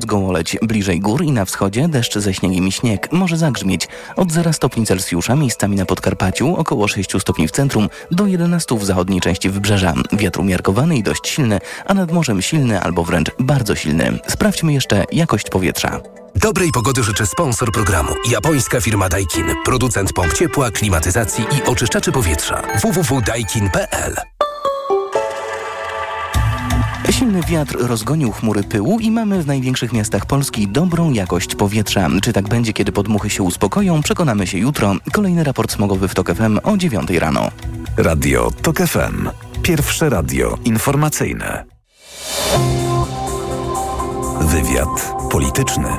Gołoleć. Bliżej gór i na wschodzie deszcz ze śniegiem i śnieg. Może zagrzmieć. Od 0 stopni Celsjusza miejscami na Podkarpaciu, około 6 stopni w centrum, do 11 w zachodniej części wybrzeża. Wiatr umiarkowany i dość silny, a nad morzem silny albo wręcz bardzo silny. Sprawdźmy jeszcze jakość powietrza. Dobrej pogody życzy sponsor programu. Japońska firma Daikin. Producent pomp ciepła, klimatyzacji i oczyszczaczy powietrza. www.daikin.pl. Silny wiatr rozgonił chmury pyłu i mamy w największych miastach Polski dobrą jakość powietrza. Czy tak będzie, kiedy podmuchy się uspokoją? Przekonamy się jutro. Kolejny raport smogowy w TOK FM o 9 rano. Radio TOK FM. Pierwsze radio informacyjne. Wywiad polityczny.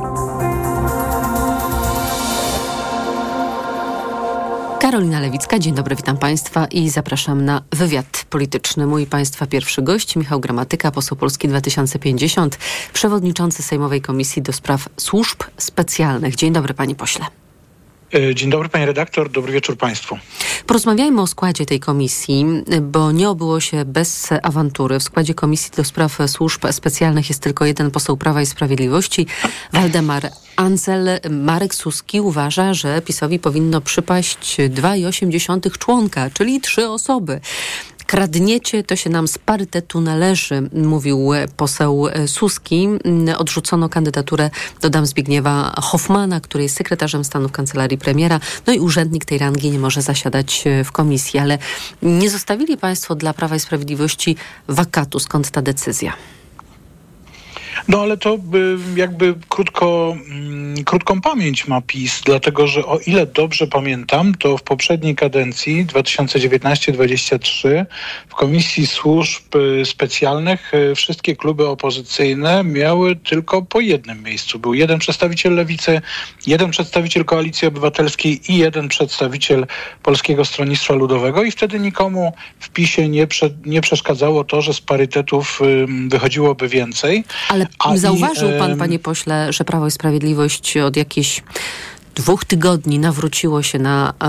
Karolina Lewicka, dzień dobry, witam Państwa i zapraszam na wywiad polityczny. Mój Państwa pierwszy gość, Michał Gramatyka, poseł Polski 2050, przewodniczący Sejmowej Komisji do Spraw Służb Specjalnych. Dzień dobry, panie pośle. Dzień dobry, pani redaktor, dobry wieczór państwu. Porozmawiajmy o składzie tej komisji, bo nie obyło się bez awantury. W składzie Komisji do Spraw Służb Specjalnych jest tylko jeden poseł Prawa i Sprawiedliwości, Waldemar Andzel. Marek Suski uważa, że PiS-owi powinno przypaść 2,8 członka, czyli 3 osoby. Kradniecie, to się nam z parytetu należy, mówił poseł Suski. Odrzucono kandydaturę, dodam, Zbigniewa Hoffmana, który jest sekretarzem stanu w kancelarii premiera. No i urzędnik tej rangi nie może zasiadać w komisji. Ale nie zostawili państwo dla Prawa i Sprawiedliwości wakatu. Skąd ta decyzja? No ale to jakby krótką pamięć ma PiS, dlatego że o ile dobrze pamiętam, to w poprzedniej kadencji 2019-2023 w Komisji Służb Specjalnych wszystkie kluby opozycyjne miały tylko po jednym miejscu. Był jeden przedstawiciel Lewicy, jeden przedstawiciel Koalicji Obywatelskiej i jeden przedstawiciel Polskiego Stronnictwa Ludowego i wtedy nikomu w PiS-ie nie przeszkadzało to, że z parytetów wychodziłoby więcej. Ale zauważył pan, panie pośle, że Prawo i Sprawiedliwość od jakichś 2 tygodni nawróciło się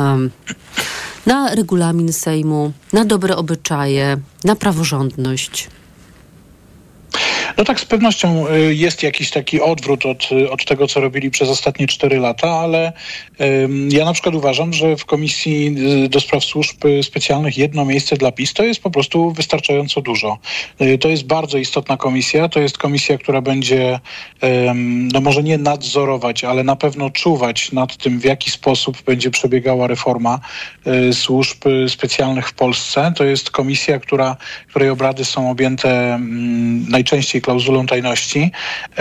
na regulamin Sejmu, na dobre obyczaje, na praworządność? No tak, z pewnością jest jakiś taki odwrót od tego, co robili przez ostatnie 4 lata, ale ja na przykład uważam, że w Komisji do Spraw Służb Specjalnych jedno miejsce dla PiS to jest po prostu wystarczająco dużo. To jest bardzo istotna komisja, to jest komisja, która będzie, no może nie nadzorować, ale na pewno czuwać nad tym, w jaki sposób będzie przebiegała reforma służb specjalnych w Polsce. To jest komisja, której obrady są objęte najczęściej klauzulą tajności.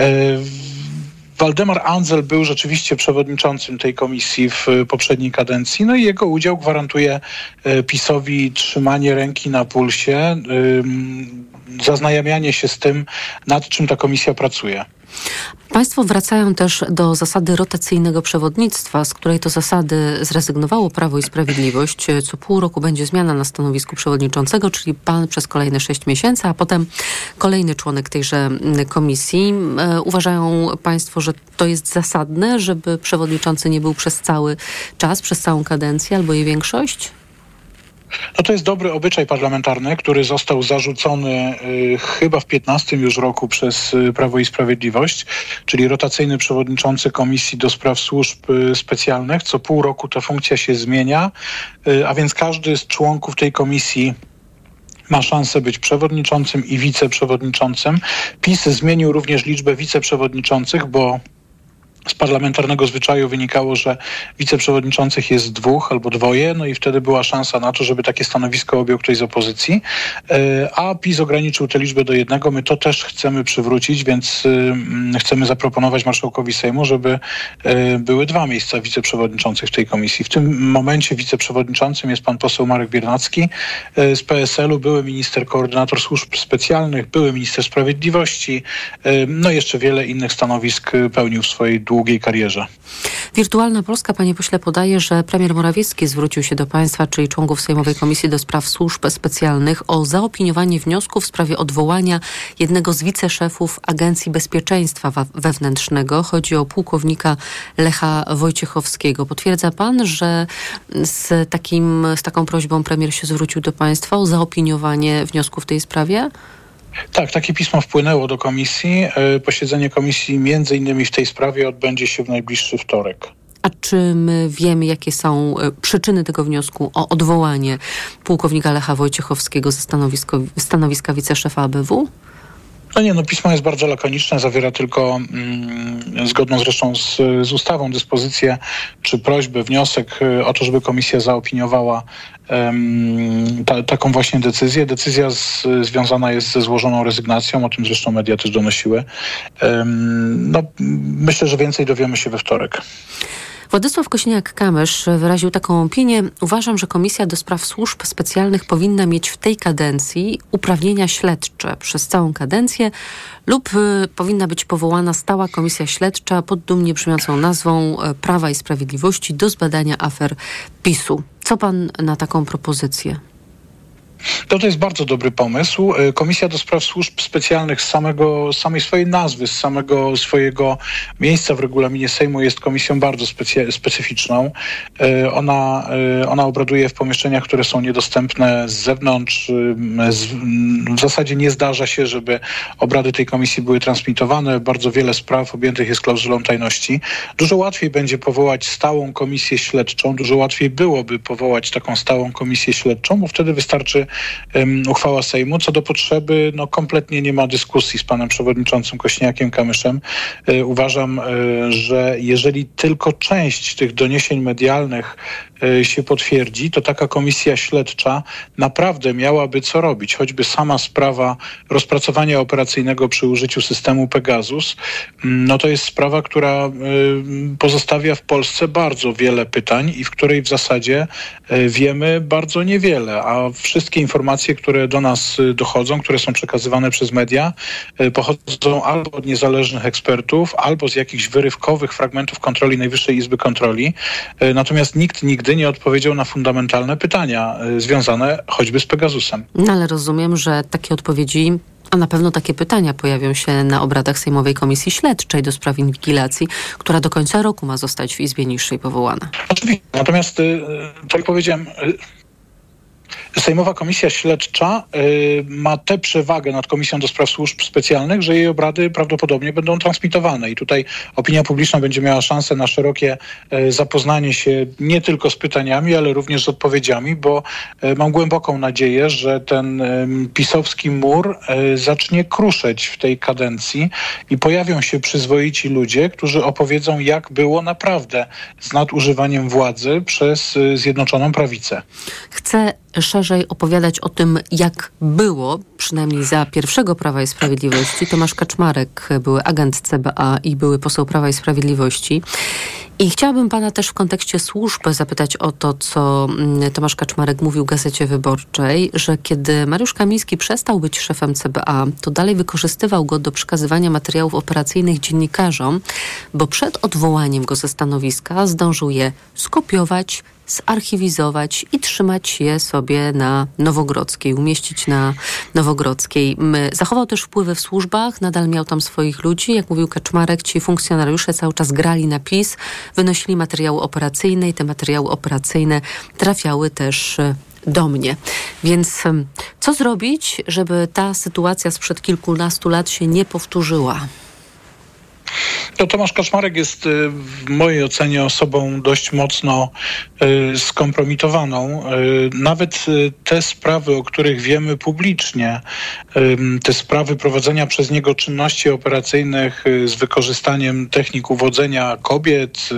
Waldemar Andzel był rzeczywiście przewodniczącym tej komisji w poprzedniej kadencji, no i jego udział gwarantuje PiS-owi trzymanie ręki na pulsie, zaznajamianie się z tym, nad czym ta komisja pracuje. Państwo wracają też do zasady rotacyjnego przewodnictwa, z której to zasady zrezygnowało Prawo i Sprawiedliwość. Co pół roku będzie zmiana na stanowisku przewodniczącego, czyli pan przez kolejne 6 miesięcy, a potem kolejny członek tejże komisji. Uważają państwo, że to jest zasadne, żeby przewodniczący nie był przez cały czas, przez całą kadencję albo jej większość? No to jest dobry obyczaj parlamentarny, który został zarzucony chyba w 15 już roku przez Prawo i Sprawiedliwość, czyli rotacyjny przewodniczący Komisji do Spraw Służb Specjalnych. Co pół roku ta funkcja się zmienia, a więc każdy z członków tej komisji ma szansę być przewodniczącym i wiceprzewodniczącym. PiS zmienił również liczbę wiceprzewodniczących, bo z parlamentarnego zwyczaju wynikało, że wiceprzewodniczących jest 2 albo 2, no i wtedy była szansa na to, żeby takie stanowisko objął ktoś z opozycji, a PiS ograniczył tę liczbę do 1. My to też chcemy przywrócić, więc chcemy zaproponować marszałkowi Sejmu, żeby były 2 miejsca wiceprzewodniczących w tej komisji. W tym momencie wiceprzewodniczącym jest pan poseł Marek Biernacki z PSL-u, były minister koordynator służb specjalnych, były minister sprawiedliwości, no i jeszcze wiele innych stanowisk pełnił w swojej długiej karierze. Wirtualna Polska, panie pośle, podaje, że premier Morawiecki zwrócił się do państwa, czyli członków Sejmowej Komisji do Spraw Służb Specjalnych, o zaopiniowanie wniosku w sprawie odwołania jednego z wiceszefów Agencji Bezpieczeństwa Wewnętrznego. Chodzi o pułkownika Lecha Wojciechowskiego. Potwierdza pan, że z taką prośbą premier się zwrócił do państwa o zaopiniowanie wniosku w tej sprawie? Tak, takie pismo wpłynęło do komisji. Posiedzenie komisji między innymi w tej sprawie odbędzie się w najbliższy wtorek. A czy my wiemy, jakie są przyczyny tego wniosku o odwołanie pułkownika Lecha Wojciechowskiego ze stanowiska wiceszefa ABW? Pismo jest bardzo lakoniczne, zawiera tylko zgodną zresztą z ustawą dyspozycję czy prośbę, wniosek o to, żeby komisja zaopiniowała taką właśnie decyzję. Decyzja związana jest ze złożoną rezygnacją, o tym zresztą media też donosiły. Myślę, że więcej dowiemy się we wtorek. Władysław Kosiniak-Kamysz wyraził taką opinię. Uważam, że Komisja do Spraw Służb Specjalnych powinna mieć w tej kadencji uprawnienia śledcze przez całą kadencję lub powinna być powołana stała komisja śledcza pod dumnie brzmiącą nazwą Prawa i Sprawiedliwości do zbadania afer PiS-u. Co pan na taką propozycję? To jest bardzo dobry pomysł. Komisja do Spraw Służb Specjalnych z samej swojej nazwy, z samego swojego miejsca w regulaminie Sejmu jest komisją bardzo specyficzną. Ona obraduje w pomieszczeniach, które są niedostępne z zewnątrz. W zasadzie nie zdarza się, żeby obrady tej komisji były transmitowane. Bardzo wiele spraw objętych jest klauzulą tajności. Dużo łatwiej będzie powołać stałą komisję śledczą. Dużo łatwiej byłoby powołać taką stałą komisję śledczą, bo wtedy wystarczy uchwała Sejmu. Co do potrzeby, kompletnie nie ma dyskusji z panem przewodniczącym Kosiniakiem-Kamyszem. Uważam, że jeżeli tylko część tych doniesień medialnych się potwierdzi, to taka komisja śledcza naprawdę miałaby co robić. Choćby sama sprawa rozpracowania operacyjnego przy użyciu systemu Pegasus, to jest sprawa, która pozostawia w Polsce bardzo wiele pytań i w której w zasadzie wiemy bardzo niewiele, a wszystkie informacje, które do nas dochodzą, które są przekazywane przez media, pochodzą albo od niezależnych ekspertów, albo z jakichś wyrywkowych fragmentów kontroli Najwyższej Izby Kontroli. Natomiast nikt nigdy nie odpowiedział na fundamentalne pytania związane choćby z Pegasusem. Ale rozumiem, że takie odpowiedzi, a na pewno takie pytania pojawią się na obradach Sejmowej Komisji Śledczej do spraw inwigilacji, która do końca roku ma zostać w Izbie Niższej powołana. Oczywiście. Natomiast, tak jak powiedziałem, Sejmowa Komisja Śledcza ma tę przewagę nad Komisją do Spraw Służb Specjalnych, że jej obrady prawdopodobnie będą transmitowane i tutaj opinia publiczna będzie miała szansę na szerokie zapoznanie się nie tylko z pytaniami, ale również z odpowiedziami, bo mam głęboką nadzieję, że ten pisowski mur zacznie kruszeć w tej kadencji i pojawią się przyzwoici ludzie, którzy opowiedzą, jak było naprawdę z nadużywaniem władzy przez Zjednoczoną Prawicę. Chcę szerzej opowiadać o tym, jak było, przynajmniej za pierwszego Prawa i Sprawiedliwości. Tomasz Kaczmarek, były agent CBA i były poseł Prawa i Sprawiedliwości. I chciałabym pana też w kontekście służb zapytać o to, co Tomasz Kaczmarek mówił Gazecie Wyborczej, że kiedy Mariusz Kamiński przestał być szefem CBA, to dalej wykorzystywał go do przekazywania materiałów operacyjnych dziennikarzom, bo przed odwołaniem go ze stanowiska zdążył je skopiować, zarchiwizować i trzymać je sobie na Nowogrodzkiej, umieścić na Nowogrodzkiej. Zachował też wpływy w służbach, nadal miał tam swoich ludzi. Jak mówił Kaczmarek, ci funkcjonariusze cały czas grali na PiS, wynosili materiały operacyjne i te materiały operacyjne trafiały też do mnie. Więc co zrobić, żeby ta sytuacja sprzed kilkunastu lat się nie powtórzyła? Tomasz Kaczmarek jest w mojej ocenie osobą dość mocno skompromitowaną. Nawet te sprawy, o których wiemy publicznie, te sprawy prowadzenia przez niego czynności operacyjnych z wykorzystaniem technik uwodzenia kobiet,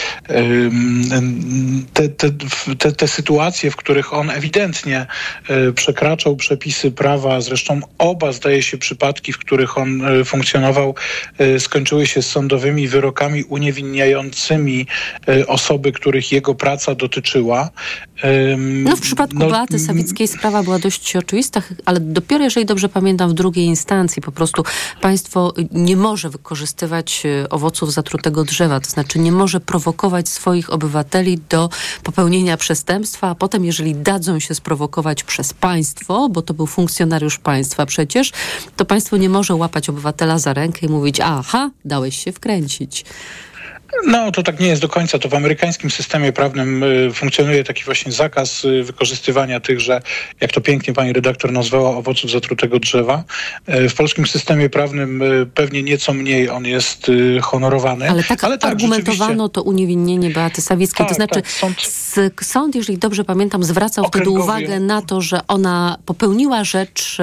te sytuacje, w których on ewidentnie przekraczał przepisy prawa, zresztą oba, zdaje się, przypadki, w których on funkcjonował, skończyły się sądowymi wyrokami uniewinniającymi osoby, których jego praca dotyczyła. W przypadku Beaty Sawickiej sprawa była dość oczywista, ale dopiero, jeżeli dobrze pamiętam, w drugiej instancji po prostu państwo nie może wykorzystywać owoców zatrutego drzewa, to znaczy nie może prowokować swoich obywateli do popełnienia przestępstwa, a potem, jeżeli dadzą się sprowokować przez państwo, bo to był funkcjonariusz państwa przecież, to państwo nie może łapać obywatela za rękę i mówić: aha, dałeś się wkręcić. No, to tak nie jest do końca. To w amerykańskim systemie prawnym funkcjonuje taki właśnie zakaz wykorzystywania tychże, jak to pięknie pani redaktor nazwała, owoców zatrutego drzewa. W polskim systemie prawnym pewnie nieco mniej on jest honorowany. Ale tak argumentowano to uniewinnienie Beaty Sawickiej. To znaczy sąd, jeżeli dobrze pamiętam, zwracał wtedy uwagę na to, że ona popełniła rzecz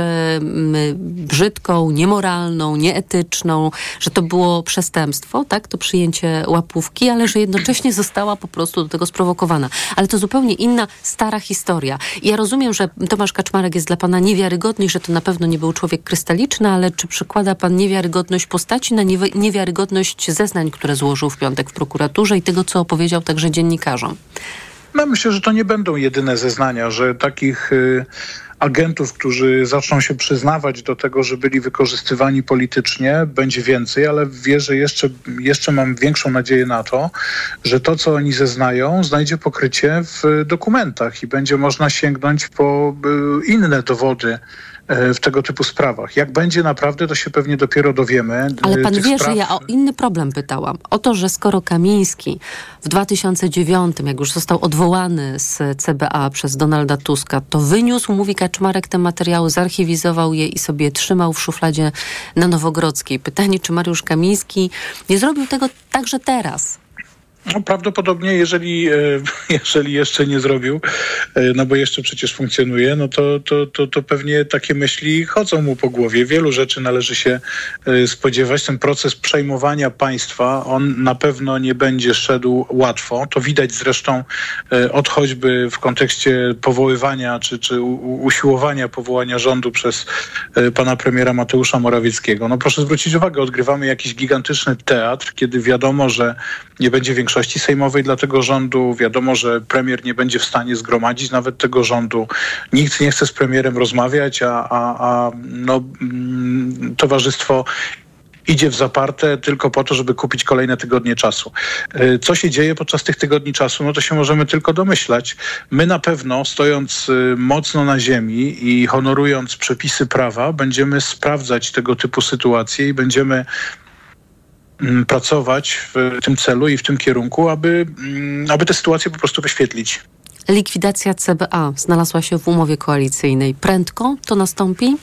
brzydką, niemoralną, nieetyczną, że to było przestępstwo, tak? To przyjęcie łapówki, ale że jednocześnie została po prostu do tego sprowokowana. Ale to zupełnie inna, stara historia. I ja rozumiem, że Tomasz Kaczmarek jest dla pana niewiarygodny i że to na pewno nie był człowiek krystaliczny, ale czy przykłada pan niewiarygodność postaci na niewiarygodność zeznań, które złożył w piątek w prokuraturze i tego, co opowiedział także dziennikarzom? No, myślę, że to nie będą jedyne zeznania, że takich agentów, którzy zaczną się przyznawać do tego, że byli wykorzystywani politycznie, będzie więcej, ale wierzę, jeszcze mam większą nadzieję na to, że to, co oni zeznają, znajdzie pokrycie w dokumentach i będzie można sięgnąć po inne dowody w tego typu sprawach. Jak będzie naprawdę, to się pewnie dopiero dowiemy. Ale pan wie, że ja o inny problem pytałam. O to, że skoro Kamiński w 2009, jak już został odwołany z CBA przez Donalda Tuska, to wyniósł, mówi Kaczmarek, te materiały, zarchiwizował je i sobie trzymał w szufladzie na Nowogrodzkiej. Pytanie, czy Mariusz Kamiński nie zrobił tego także teraz? No, prawdopodobnie, jeżeli jeszcze nie zrobił, no bo jeszcze przecież funkcjonuje, no to pewnie takie myśli chodzą mu po głowie. Wielu rzeczy należy się spodziewać. Ten proces przejmowania państwa, on na pewno nie będzie szedł łatwo. To widać zresztą od choćby w kontekście powoływania czy usiłowania powołania rządu przez pana premiera Mateusza Morawieckiego. No proszę zwrócić uwagę, odgrywamy jakiś gigantyczny teatr, kiedy wiadomo, że nie będzie większości sejmowej dla tego rządu. Wiadomo, że premier nie będzie w stanie zgromadzić nawet tego rządu. Nikt nie chce z premierem rozmawiać, a towarzystwo idzie w zaparte tylko po to, żeby kupić kolejne tygodnie czasu. Co się dzieje podczas tych tygodni czasu, no to się możemy tylko domyślać. My na pewno, stojąc mocno na ziemi i honorując przepisy prawa, będziemy sprawdzać tego typu sytuacje i będziemy pracować w tym celu i w tym kierunku, aby tę sytuację po prostu wyświetlić. Likwidacja CBA znalazła się w umowie koalicyjnej. Prędko to nastąpi?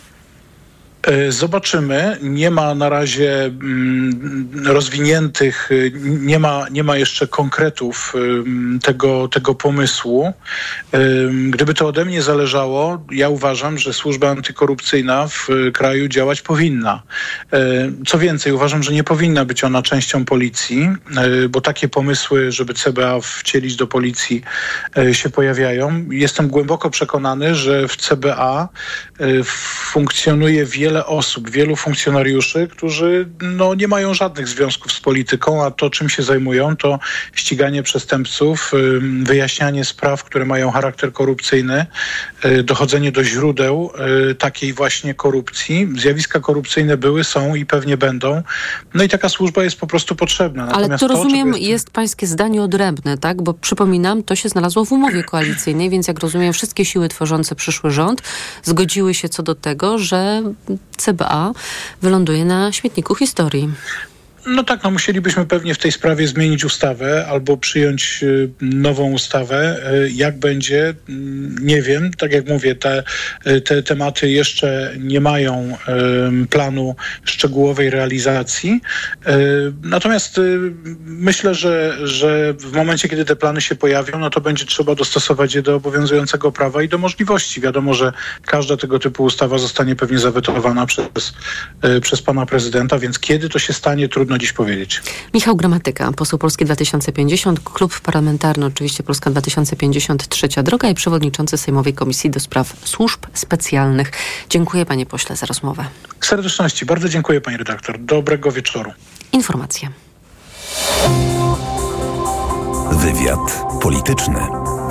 Zobaczymy. Nie ma na razie rozwiniętych, nie ma jeszcze konkretów tego pomysłu. Gdyby to ode mnie zależało, ja uważam, że służba antykorupcyjna w kraju działać powinna. Co więcej, uważam, że nie powinna być ona częścią policji, bo takie pomysły, żeby CBA wcielić do policji, się pojawiają. Jestem głęboko przekonany, że w CBA funkcjonuje wielu funkcjonariuszy, którzy nie mają żadnych związków z polityką, a to, czym się zajmują, to ściganie przestępców, wyjaśnianie spraw, które mają charakter korupcyjny, dochodzenie do źródeł takiej właśnie korupcji. Zjawiska korupcyjne były, są i pewnie będą. No i taka służba jest po prostu potrzebna. Natomiast ale to rozumiem, jest pańskie zdanie odrębne, tak? Bo przypominam, to się znalazło w umowie koalicyjnej, więc jak rozumiem, wszystkie siły tworzące przyszły rząd zgodziły się co do tego, że CBA wyląduje na śmietniku historii. No tak, musielibyśmy pewnie w tej sprawie zmienić ustawę albo przyjąć nową ustawę. Jak będzie, nie wiem. Tak jak mówię, te tematy jeszcze nie mają planu szczegółowej realizacji. Natomiast myślę, że w momencie, kiedy te plany się pojawią, no to będzie trzeba dostosować je do obowiązującego prawa i do możliwości. Wiadomo, że każda tego typu ustawa zostanie pewnie zawetowana przez pana prezydenta, więc kiedy to się stanie, trudno dziś powiedzieć. Michał Gramatyka, poseł Polski 2050, klub parlamentarny oczywiście Polska 2050, Trzecia Droga i przewodniczący Sejmowej Komisji do Spraw Służb Specjalnych. Dziękuję panie pośle za rozmowę. Serdeczności. Bardzo dziękuję pani redaktor. Dobrego wieczoru. Informacje. Wywiad polityczny.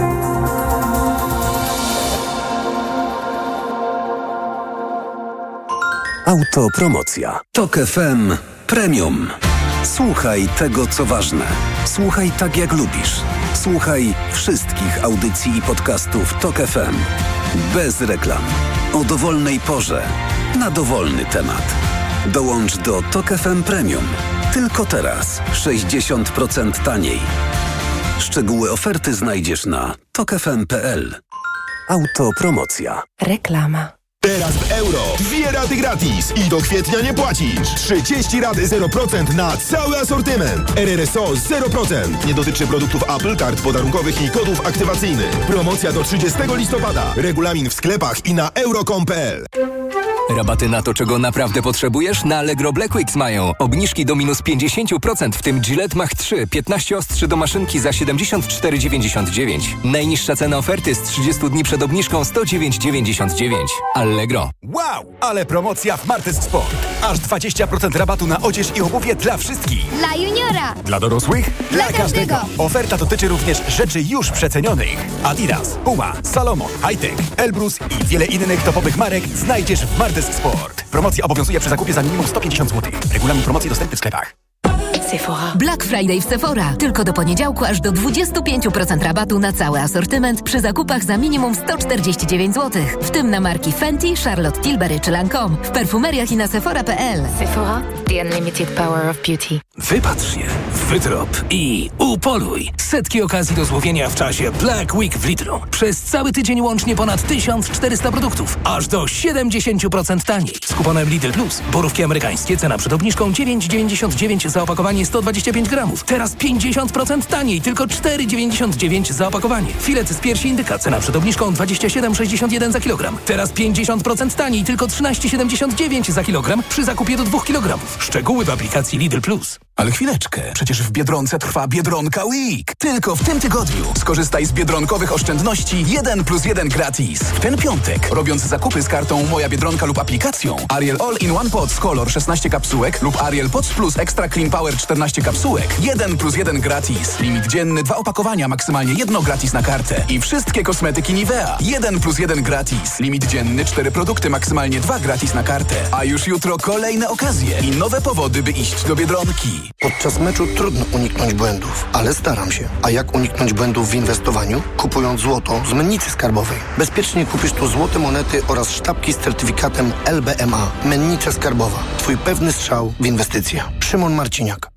Autopromocja. TOK FM Premium. Słuchaj tego, co ważne. Słuchaj tak, jak lubisz. Słuchaj wszystkich audycji i podcastów TOK FM. Bez reklam. O dowolnej porze. Na dowolny temat. Dołącz do TOK FM Premium. Tylko teraz 60% taniej. Szczegóły oferty znajdziesz na tokefm.pl. Autopromocja. Reklama. Teraz w euro 2 raty gratis i do kwietnia nie płacisz. 30 rat 0% na cały asortyment. RRSO 0%. Nie dotyczy produktów Apple, kart podarunkowych i kodów aktywacyjnych. Promocja do 30 listopada. Regulamin w sklepach i na euro.com.pl. Rabaty na to, czego naprawdę potrzebujesz? Na Allegro Black Weeks mają. Obniżki do minus 50%, w tym Gillette Mach 3, 15 ostrzy do maszynki za 74,99. Najniższa cena oferty z 30 dni przed obniżką 109,99. Allegro. Wow, ale promocja w Martes Sport. Aż 20% rabatu na odzież i obuwie dla wszystkich. Dla juniora. Dla dorosłych? Dla każdego. Oferta dotyczy również rzeczy już przecenionych. Adidas, Puma, Salomon, Hightech, Elbrus i wiele innych topowych marek znajdziesz w Martes Sport. Promocja obowiązuje przy zakupie za minimum 150 zł. Regulamin promocji dostępny w sklepach. Sephora. Black Friday w Sephora. Tylko do poniedziałku aż do 25% rabatu na cały asortyment przy zakupach za minimum 149 zł. W tym na marki Fenty, Charlotte Tilbury czy Lancôme. W perfumeriach i na sephora.pl. Sephora. The unlimited power of beauty. Wypatrz się, wytrop i upoluj. Setki okazji do złowienia w czasie Black Week w Lidlu. Przez cały tydzień łącznie ponad 1400 produktów. Aż do 70% taniej. Z kuponem Lidl Plus. Borówki amerykańskie, cena przed obniżką 9,99 za opakowanie 125 gramów. Teraz 50% taniej, tylko 4,99 za opakowanie. Filet z piersi indyka, cena przed obniżką 27,61 za kilogram. Teraz 50% taniej, tylko 13,79 za kilogram przy zakupie do 2 kg. Szczegóły w aplikacji Lidl Plus. Ale chwileczkę, przecież w Biedronce trwa Biedronka Week. Tylko w tym tygodniu skorzystaj z biedronkowych oszczędności 1+1 gratis. W ten piątek, robiąc zakupy z kartą Moja Biedronka lub aplikacją, Ariel All-in-One Pods Color 16 kapsułek lub Ariel Pods Plus Extra Clean Power 14 kapsułek. 1+1 gratis. Limit dzienny 2 opakowania, maksymalnie 1 gratis na kartę. I wszystkie kosmetyki Nivea. 1+1 gratis. Limit dzienny 4 produkty, maksymalnie 2 gratis na kartę. A już jutro kolejne okazje i nowe powody, by iść do Biedronki. Podczas meczu trudno uniknąć błędów, ale staram się. A jak uniknąć błędów w inwestowaniu? Kupując złoto z mennicy skarbowej. Bezpiecznie kupisz tu złote monety oraz sztabki z certyfikatem LBMA. Mennica Skarbowa. Twój pewny strzał w inwestycje. Szymon Marciniak.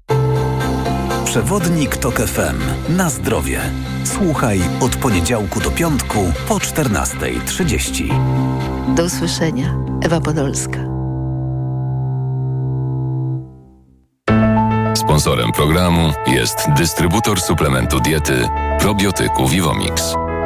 Przewodnik TOK FM. Na zdrowie. Słuchaj od poniedziałku do piątku po 14:30. Do usłyszenia. Ewa Podolska. Sponsorem programu jest dystrybutor suplementu diety probiotyku Vivomix.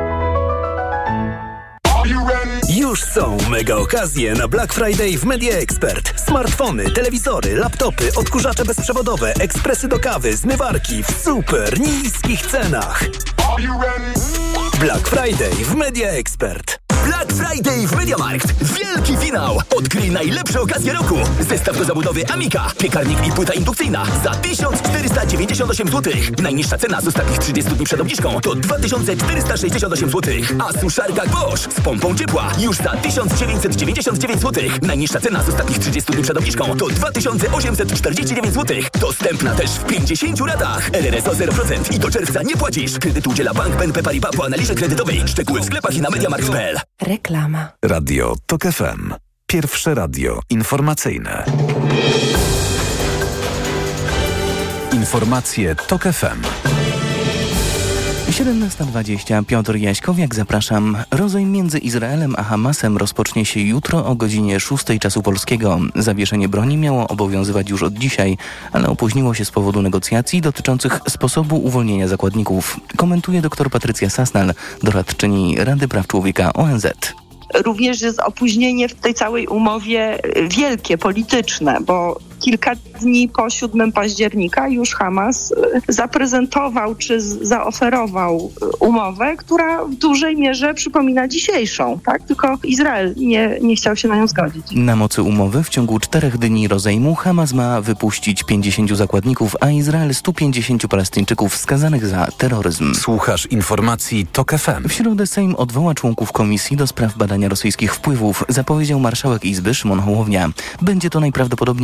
Już są mega okazje na Black Friday w Media Expert. Smartfony, telewizory, laptopy, odkurzacze bezprzewodowe, ekspresy do kawy, zmywarki w super niskich cenach. Black Friday w Media Expert. Black Friday w MediaMarkt. Wielki finał! Odkryj najlepsze okazje roku. Zestaw do zabudowy Amica, piekarnik i płyta indukcyjna za 1498 zł. Najniższa cena z ostatnich 30 dni przed obniżką to 2468 zł. A suszarka Bosch z pompą ciepła już za 1999 zł. Najniższa cena z ostatnich 30 dni przed obniżką to 2849 zł. Dostępna też w 50 ratach. RRSO 0% i do czerwca nie płacisz. Kredyt udziela Bank BNP Paribas po analizie kredytowej. Szczegóły w sklepach i na mediamarkt.pl. Reklama. Radio TOK FM. Pierwsze radio informacyjne. Informacje TOK FM. 17:20. Piotr Jaśkowiak, zapraszam. Rozejm między Izraelem a Hamasem rozpocznie się jutro o godzinie 6 czasu polskiego. Zawieszenie broni miało obowiązywać już od dzisiaj, ale opóźniło się z powodu negocjacji dotyczących sposobu uwolnienia zakładników. Komentuje dr Patrycja Sasnal, doradczyni Rady Praw Człowieka ONZ. Również jest opóźnienie w tej całej umowie wielkie, polityczne, bo kilka dni po 7 października już Hamas zaprezentował czy zaoferował umowę, która w dużej mierze przypomina dzisiejszą, tak? Tylko Izrael nie chciał się na nią zgodzić. Na mocy umowy w ciągu 4 dni rozejmu Hamas ma wypuścić 50 zakładników, a Izrael 150 Palestyńczyków skazanych za terroryzm. Słuchasz informacji TOK FM. W środę Sejm odwoła członków Komisji do spraw badania rosyjskich wpływów, zapowiedział marszałek Izby Szymon Hołownia. Będzie to najprawdopodobniej koniec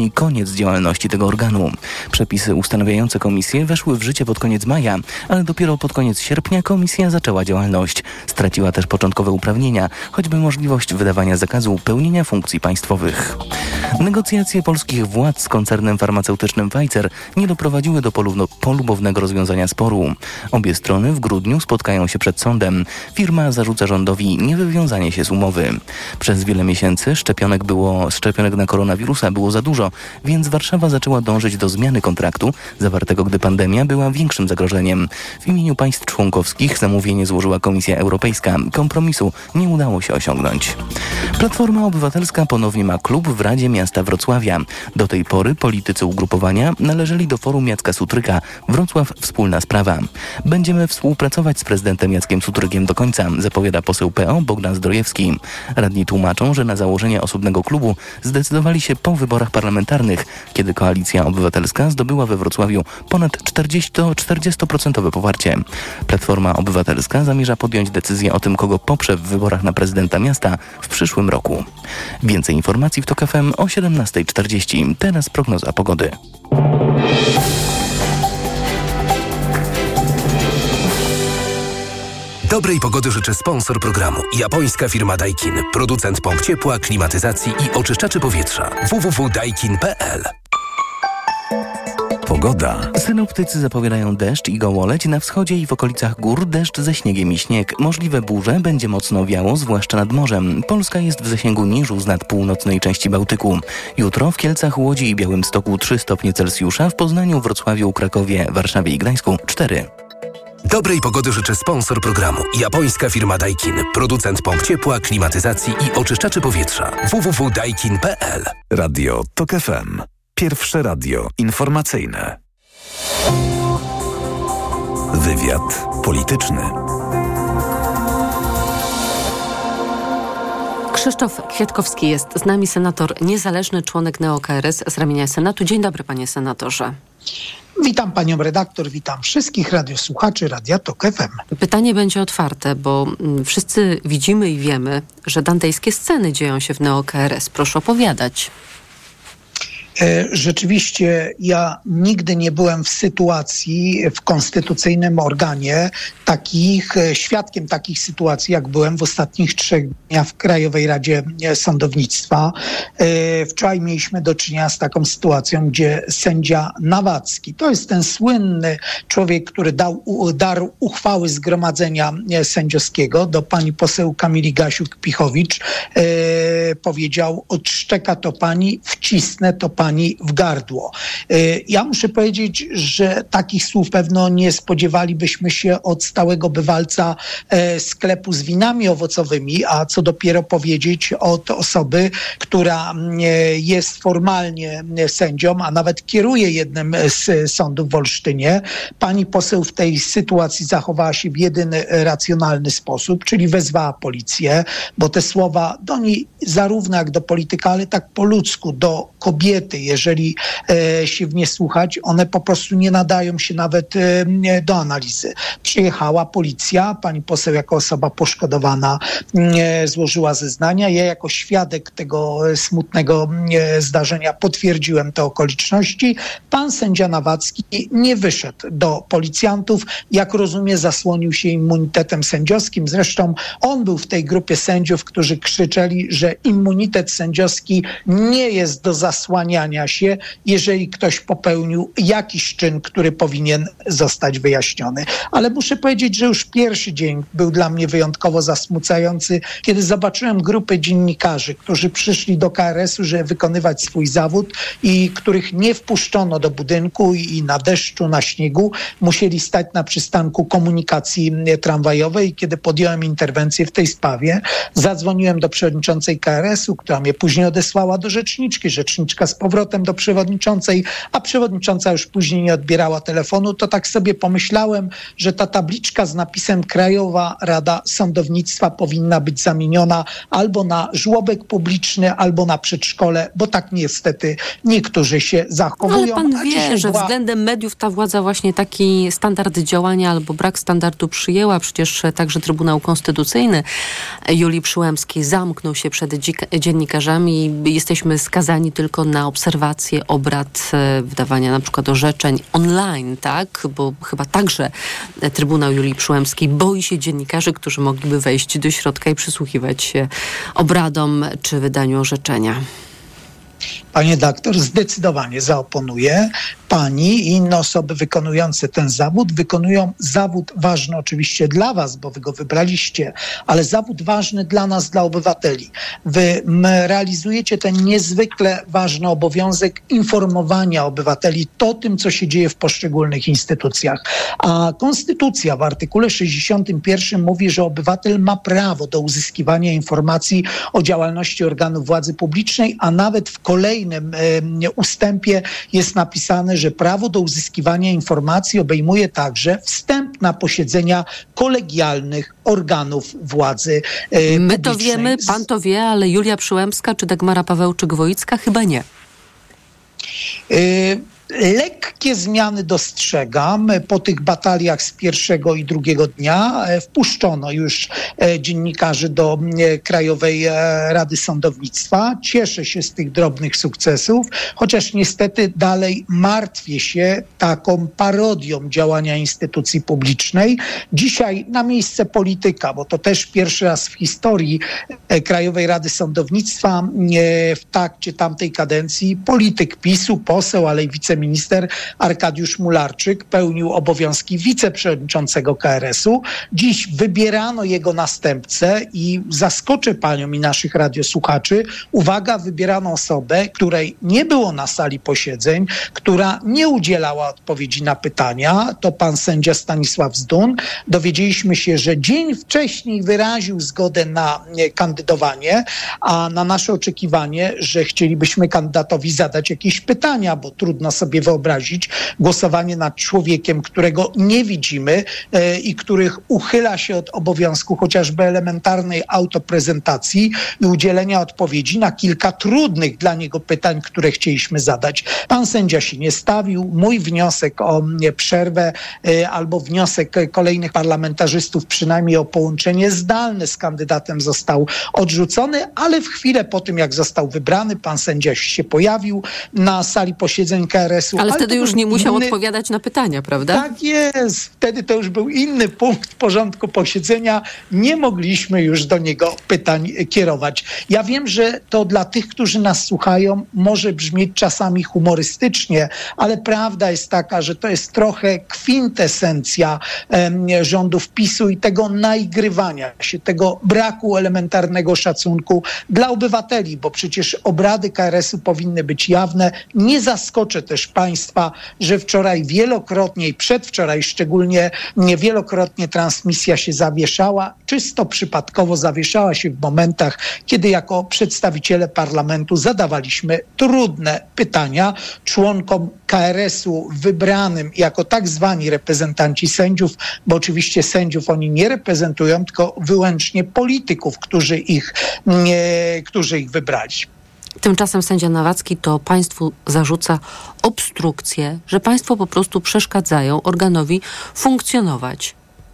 z działalności tego organu. Przepisy ustanawiające komisję weszły w życie pod koniec maja, ale dopiero pod koniec sierpnia komisja zaczęła działalność. Straciła też początkowe uprawnienia, choćby możliwość wydawania zakazu pełnienia funkcji państwowych. Negocjacje polskich władz z koncernem farmaceutycznym Pfizer nie doprowadziły do polubownego rozwiązania sporu. Obie strony w grudniu spotkają się przed sądem. Firma zarzuca rządowi niewywiązanie się z umowy. Przez wiele miesięcy szczepionek na koronawirusa było za dużo, więc Warszawa zaczęła dążyć do zmiany kontraktu zawartego, gdy pandemia była większym zagrożeniem. W imieniu państw członkowskich zamówienie złożyła Komisja Europejska. Kompromisu nie udało się osiągnąć. Platforma Obywatelska ponownie ma klub w Radzie Miasta Wrocławia. Do tej pory politycy ugrupowania należeli do Forum Jacka Sutryka. Wrocław wspólna sprawa. Będziemy współpracować z prezydentem Jackiem Sutrykiem do końca, zapowiada poseł PO Bogdan Zdrojewski. Radni tłumaczą, że na założenie osobnego klubu zdecydowali się po wyborach parlamentarnych, kiedy Koalicja Obywatelska zdobyła we Wrocławiu ponad 40% poparcie. Platforma Obywatelska zamierza podjąć decyzję o tym, kogo poprze w wyborach na prezydenta miasta w przyszłym roku. Więcej informacji w TOK FM o 17:40. Teraz prognoza pogody. Dobrej pogody życzy sponsor programu. Japońska firma Daikin. Producent pomp ciepła, klimatyzacji i oczyszczaczy powietrza. www.daikin.pl. Pogoda. Synoptycy zapowiadają deszcz i gołoleć, na wschodzie i w okolicach gór deszcz ze śniegiem i śnieg. Możliwe burze, będzie mocno wiało, zwłaszcza nad morzem. Polska jest w zasięgu niżu z nad północnej części Bałtyku. Jutro w Kielcach, Łodzi i Białymstoku 3 stopnie Celsjusza, w Poznaniu, Wrocławiu, Krakowie, Warszawie i Gdańsku 4. Dobrej pogody życzy sponsor programu. Japońska firma Daikin. Producent pomp ciepła, klimatyzacji i oczyszczaczy powietrza. www.daikin.pl. Radio TOK FM. Pierwsze radio informacyjne. Wywiad polityczny. Krzysztof Kwiatkowski jest z nami, senator niezależny, członek Neo-KRS z ramienia Senatu. Dzień dobry, panie senatorze. Witam panią redaktor, witam wszystkich radiosłuchaczy Radia TOK FM. Pytanie będzie otwarte, bo wszyscy widzimy i wiemy, że dantejskie sceny dzieją się w Neo-KRS. Proszę opowiadać. Rzeczywiście ja nigdy nie byłem w sytuacji, w konstytucyjnym organie świadkiem takich sytuacji, jak byłem w ostatnich 3 dniach w Krajowej Radzie Sądownictwa. Wczoraj mieliśmy do czynienia z taką sytuacją, gdzie sędzia Nawacki, to jest ten słynny człowiek, który darł uchwały Zgromadzenia Sędziowskiego do pani poseł Kamili Gasiuk-Pichowicz, powiedział: odszczeka to pani, wcisnę to pani w gardło. Ja muszę powiedzieć, że takich słów pewno nie spodziewalibyśmy się od stałego bywalca sklepu z winami owocowymi, a co dopiero powiedzieć od osoby, która jest formalnie sędzią, a nawet kieruje jednym z sądów w Olsztynie. Pani poseł w tej sytuacji zachowała się w jedyny racjonalny sposób, czyli wezwała policję, bo te słowa do niej zarówno jak do polityka, ale tak po ludzku, do kobiety, jeżeli się w nie słuchać, one po prostu nie nadają się nawet do analizy. Przyjechała policja, pani poseł jako osoba poszkodowana złożyła zeznania. Ja jako świadek tego smutnego zdarzenia potwierdziłem te okoliczności. Pan sędzia Nawacki nie wyszedł do policjantów. Jak rozumiem, zasłonił się immunitetem sędziowskim. Zresztą on był w tej grupie sędziów, którzy krzyczeli, że immunitet sędziowski nie jest do zasłaniania się, jeżeli ktoś popełnił jakiś czyn, który powinien zostać wyjaśniony. Ale muszę powiedzieć, że już pierwszy dzień był dla mnie wyjątkowo zasmucający, kiedy zobaczyłem grupę dziennikarzy, którzy przyszli do KRS-u, żeby wykonywać swój zawód i których nie wpuszczono do budynku i na deszczu, na śniegu musieli stać na przystanku komunikacji tramwajowej. Kiedy podjąłem interwencję w tej sprawie, zadzwoniłem do przewodniczącej KRS-u, która mnie później odesłała do rzeczniczki, rzeczniczka z powrotem do przewodniczącej, a przewodnicząca już później nie odbierała telefonu. To tak sobie pomyślałem, że ta tabliczka z napisem Krajowa Rada Sądownictwa powinna być zamieniona albo na żłobek publiczny, albo na przedszkole, bo tak niestety niektórzy się zachowują. Ale pan wie, że względem mediów ta władza właśnie taki standard działania albo brak standardu przyjęła. Przecież także Trybunał Konstytucyjny Julii Przyłębskiej zamknął się przed dziennikarzami i jesteśmy skazani tylko na obserwację obserwacje obrad, wydawania na przykład orzeczeń online, tak? Bo chyba także Trybunał Julii Przyłębskiej boi się dziennikarzy, którzy mogliby wejść do środka i przysłuchiwać się obradom czy wydaniu orzeczenia. Panie doktor, zdecydowanie zaoponuję. Pani i inne osoby wykonujące ten zawód wykonują zawód ważny oczywiście dla was, bo wy go wybraliście, ale zawód ważny dla nas, dla obywateli. Wy realizujecie ten niezwykle ważny obowiązek informowania obywateli o tym, co się dzieje w poszczególnych instytucjach. A Konstytucja w artykule 61 mówi, że obywatel ma prawo do uzyskiwania informacji o działalności organów władzy publicznej, a nawet w kolejnym ustępie jest napisane, że prawo do uzyskiwania informacji obejmuje także wstęp na posiedzenia kolegialnych organów władzy publicznej. My to wiemy, pan to wie, ale Julia Przyłębska czy Dagmara Pawełczyk-Woicka chyba nie. Lekkie zmiany dostrzegam po tych bataliach z pierwszego i drugiego dnia. Wpuszczono już dziennikarzy do Krajowej Rady Sądownictwa. Cieszę się z tych drobnych sukcesów, chociaż niestety dalej martwię się taką parodią działania instytucji publicznej. Dzisiaj na miejsce polityka, bo to też pierwszy raz w historii Krajowej Rady Sądownictwa w trakcie tamtej kadencji polityk PiS-u, poseł, ale i wiceminister Arkadiusz Mularczyk pełnił obowiązki wiceprzewodniczącego KRS-u. Dziś wybierano jego następcę i zaskoczę panią i naszych radiosłuchaczy. Uwaga, wybierano osobę, której nie było na sali posiedzeń, która nie udzielała odpowiedzi na pytania. To pan sędzia Stanisław Zdun. Dowiedzieliśmy się, że dzień wcześniej wyraził zgodę na kandydowanie, a na nasze oczekiwanie, że chcielibyśmy kandydatowi zadać jakieś pytania, bo trudno sobie wyobrazić głosowanie nad człowiekiem, którego nie widzimy i których uchyla się od obowiązku chociażby elementarnej autoprezentacji i udzielenia odpowiedzi na kilka trudnych dla niego pytań, które chcieliśmy zadać. Pan sędzia się nie stawił. Mój wniosek o przerwę albo wniosek kolejnych parlamentarzystów przynajmniej o połączenie zdalne z kandydatem został odrzucony, ale w chwilę po tym, jak został wybrany, pan sędzia się pojawił na sali posiedzeń KRS-u. Ale wtedy już nie musiał odpowiadać na pytania, prawda? Tak jest. Wtedy to już był inny punkt porządku posiedzenia. Nie mogliśmy już do niego pytań kierować. Ja wiem, że to dla tych, którzy nas słuchają, może brzmieć czasami humorystycznie, ale prawda jest taka, że to jest trochę kwintesencja rządów PiS-u i tego naigrywania się, tego braku elementarnego szacunku dla obywateli, bo przecież obrady KRS-u powinny być jawne. Nie zaskoczę też państwa, że wczoraj wielokrotnie i przedwczoraj szczególnie wielokrotnie transmisja się zawieszała. Czysto przypadkowo zawieszała się w momentach, kiedy jako przedstawiciele parlamentu zadawaliśmy trudne pytania członkom KRS-u wybranym jako tak zwani reprezentanci sędziów, bo oczywiście sędziów oni nie reprezentują, tylko wyłącznie polityków, którzy ich wybrali. Tymczasem sędzia Nawacki to państwu zarzuca obstrukcję, że państwo po prostu przeszkadzają organowi funkcjonować.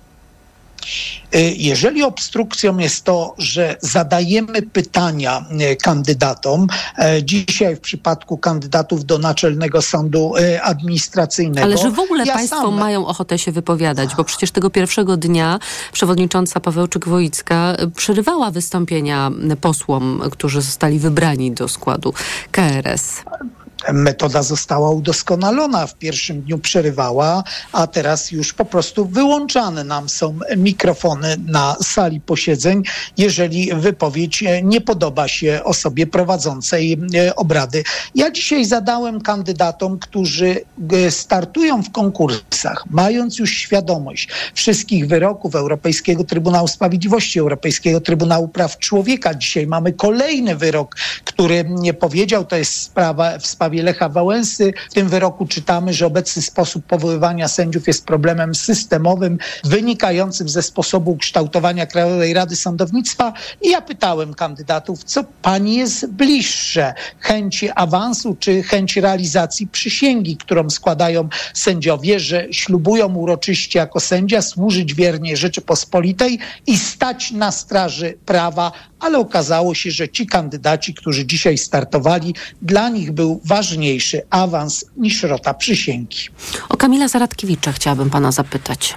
Jeżeli obstrukcją jest to, że zadajemy pytania kandydatom, dzisiaj w przypadku kandydatów do Naczelnego Sądu Administracyjnego... Ale że w ogóle państwo mają ochotę się wypowiadać, bo przecież tego pierwszego dnia przewodnicząca Pawełczyk-Woicka przerywała wystąpienia posłom, którzy zostali wybrani do składu KRS. Metoda została udoskonalona. W pierwszym dniu przerywała, a teraz już po prostu wyłączane nam są mikrofony na sali posiedzeń, jeżeli wypowiedź nie podoba się osobie prowadzącej obrady. Ja dzisiaj zadałem kandydatom, którzy startują w konkursach, mając już świadomość wszystkich wyroków Europejskiego Trybunału Sprawiedliwości, Europejskiego Trybunału Praw Człowieka. Dzisiaj mamy kolejny wyrok, który nie powiedział, to jest sprawa w sprawie Lecha Wałęsy. W tym wyroku czytamy, że obecny sposób powoływania sędziów jest problemem systemowym, wynikającym ze sposobu ukształtowania Krajowej Rady Sądownictwa. I ja pytałem kandydatów, co pani jest bliższe? Chęć awansu czy chęć realizacji przysięgi, którą składają sędziowie, że ślubują uroczyście jako sędzia służyć wiernie Rzeczypospolitej i stać na straży prawa, ale okazało się, że ci kandydaci, którzy dzisiaj startowali, dla nich był ważniejszy awans niż rota przysięgi. O Kamila Zaradkiewicza chciałabym pana zapytać.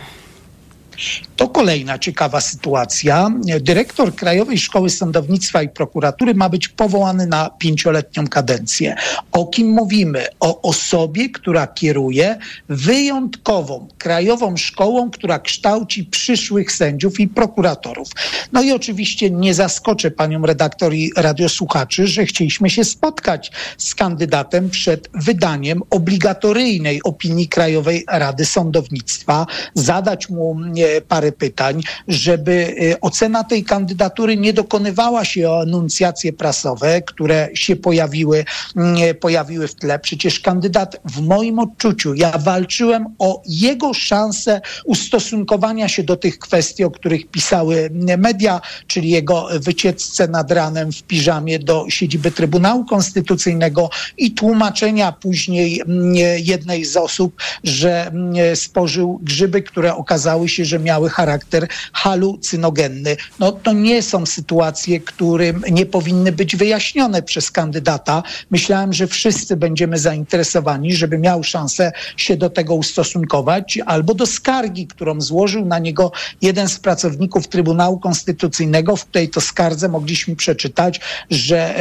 To kolejna ciekawa sytuacja. Dyrektor Krajowej Szkoły Sądownictwa i Prokuratury ma być powołany na 5-letnią kadencję. O kim mówimy? O osobie, która kieruje wyjątkową krajową szkołą, która kształci przyszłych sędziów i prokuratorów. No i oczywiście nie zaskoczę panią redaktor i radiosłuchaczy, że chcieliśmy się spotkać z kandydatem przed wydaniem obligatoryjnej opinii Krajowej Rady Sądownictwa, zadać mu parę pytań, żeby ocena tej kandydatury nie dokonywała się o enuncjacje prasowe, które się pojawiły w tle. Przecież kandydat w moim odczuciu, ja walczyłem o jego szansę ustosunkowania się do tych kwestii, o których pisały media, czyli jego wycieczce nad ranem w piżamie do siedziby Trybunału Konstytucyjnego i tłumaczenia później jednej z osób, że spożył grzyby, które okazały się, że miały charakter halucynogenny. No to nie są sytuacje, którym nie powinny być wyjaśnione przez kandydata. Myślałem, że wszyscy będziemy zainteresowani, żeby miał szansę się do tego ustosunkować, albo do skargi, którą złożył na niego jeden z pracowników Trybunału Konstytucyjnego. W tej to skardze mogliśmy przeczytać, że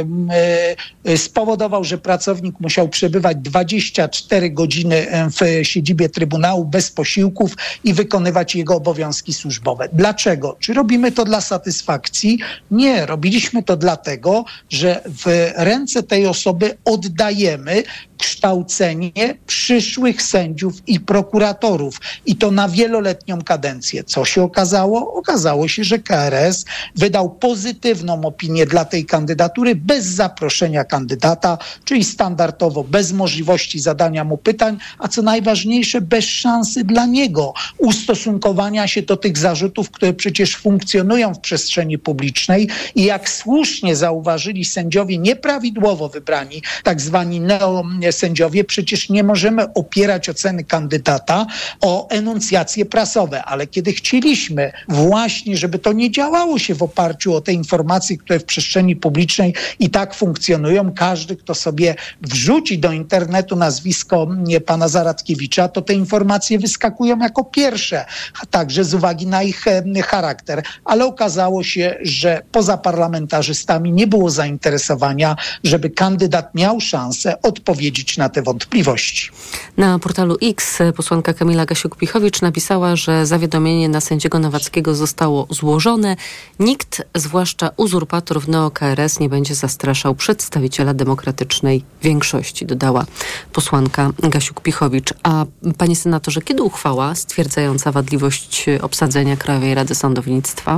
spowodował, że pracownik musiał przebywać 24 godziny w siedzibie Trybunału bez posiłków i wykonywać jego obowiązki służbowe. Dlaczego? Czy robimy to dla satysfakcji? Nie, robiliśmy to dlatego, że w ręce tej osoby oddajemy kształcenie przyszłych sędziów i prokuratorów i to na wieloletnią kadencję. Co się okazało? Okazało się, że KRS wydał pozytywną opinię dla tej kandydatury bez zaproszenia kandydata, czyli standardowo bez możliwości zadania mu pytań, a co najważniejsze bez szansy dla niego ustosunkowania się do tych zarzutów, które przecież funkcjonują w przestrzeni publicznej i jak słusznie zauważyli sędziowie nieprawidłowo wybrani, tak zwani neosędziowie, przecież nie możemy opierać oceny kandydata o enuncjacje prasowe, ale kiedy chcieliśmy właśnie, żeby to nie działało się w oparciu o te informacje, które w przestrzeni publicznej i tak funkcjonują, każdy, kto sobie wrzuci do internetu nazwisko pana Zaradkiewicza, to te informacje wyskakują jako pierwsze, także z uwagi na ich charakter, ale okazało się, że poza parlamentarzystami nie było zainteresowania, żeby kandydat miał szansę odpowiedzieć na te wątpliwości. Na portalu X posłanka Kamila Gasiuk-Pihowicz napisała, że zawiadomienie na sędziego Nawackiego zostało złożone. Nikt, zwłaszcza uzurpator w neo-KRS, nie będzie zastraszał przedstawiciela demokratycznej większości, dodała posłanka Gasiuk-Pichowicz. A panie senatorze, kiedy uchwała stwierdzająca wadliwość obsadzenia Krajowej Rady Sądownictwa?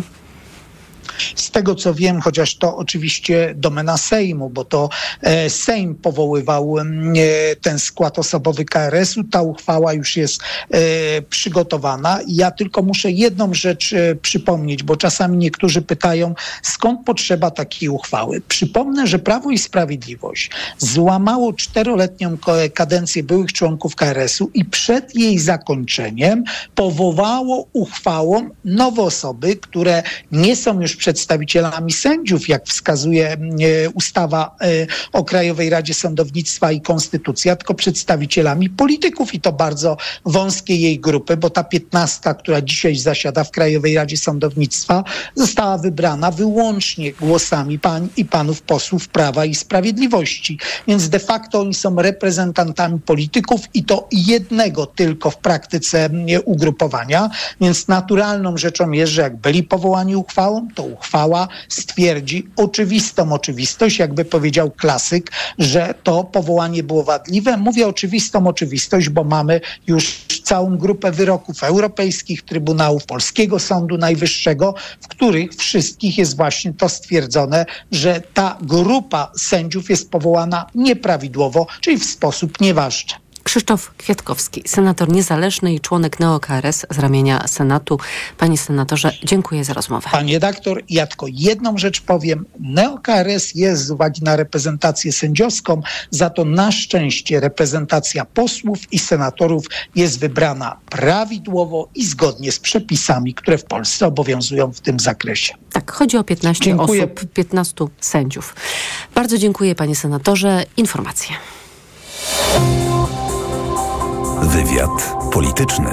Z tego co wiem, chociaż to oczywiście domena Sejmu, bo to Sejm powoływał ten skład osobowy KRS-u, ta uchwała już jest przygotowana. Ja tylko muszę jedną rzecz przypomnieć, bo czasami niektórzy pytają, skąd potrzeba takiej uchwały. Przypomnę, że Prawo i Sprawiedliwość złamało 4-letnią kadencję byłych członków KRS-u i przed jej zakończeniem powołało uchwałą nowe osoby, które nie są już przedstawicielami sędziów, jak wskazuje ustawa o Krajowej Radzie Sądownictwa i Konstytucja, tylko przedstawicielami polityków i to bardzo wąskiej jej grupy, bo ta 15, która dzisiaj zasiada w Krajowej Radzie Sądownictwa, została wybrana wyłącznie głosami pań i panów posłów Prawa i Sprawiedliwości. Więc de facto oni są reprezentantami polityków i to jednego tylko w praktyce ugrupowania, więc naturalną rzeczą jest, że jak byli powołani uchwałą, to uchwała stwierdzi oczywistą oczywistość, jakby powiedział klasyk, że to powołanie było wadliwe. Mówię oczywistą oczywistość, bo mamy już całą grupę wyroków europejskich trybunałów, Polskiego Sądu Najwyższego, w których wszystkich jest właśnie to stwierdzone, że ta grupa sędziów jest powołana nieprawidłowo, czyli w sposób nieważny. Krzysztof Kwiatkowski, senator niezależny i członek Neo-KRS z ramienia Senatu. Panie senatorze, dziękuję za rozmowę. Panie redaktor, ja tylko jedną rzecz powiem. Neo-KRS jest z uwagi na reprezentację sędziowską, za to na szczęście reprezentacja posłów i senatorów jest wybrana prawidłowo i zgodnie z przepisami, które w Polsce obowiązują w tym zakresie. Tak, chodzi o 15 osób, 15 sędziów. Bardzo dziękuję, panie senatorze. Informacje. Wywiad polityczny.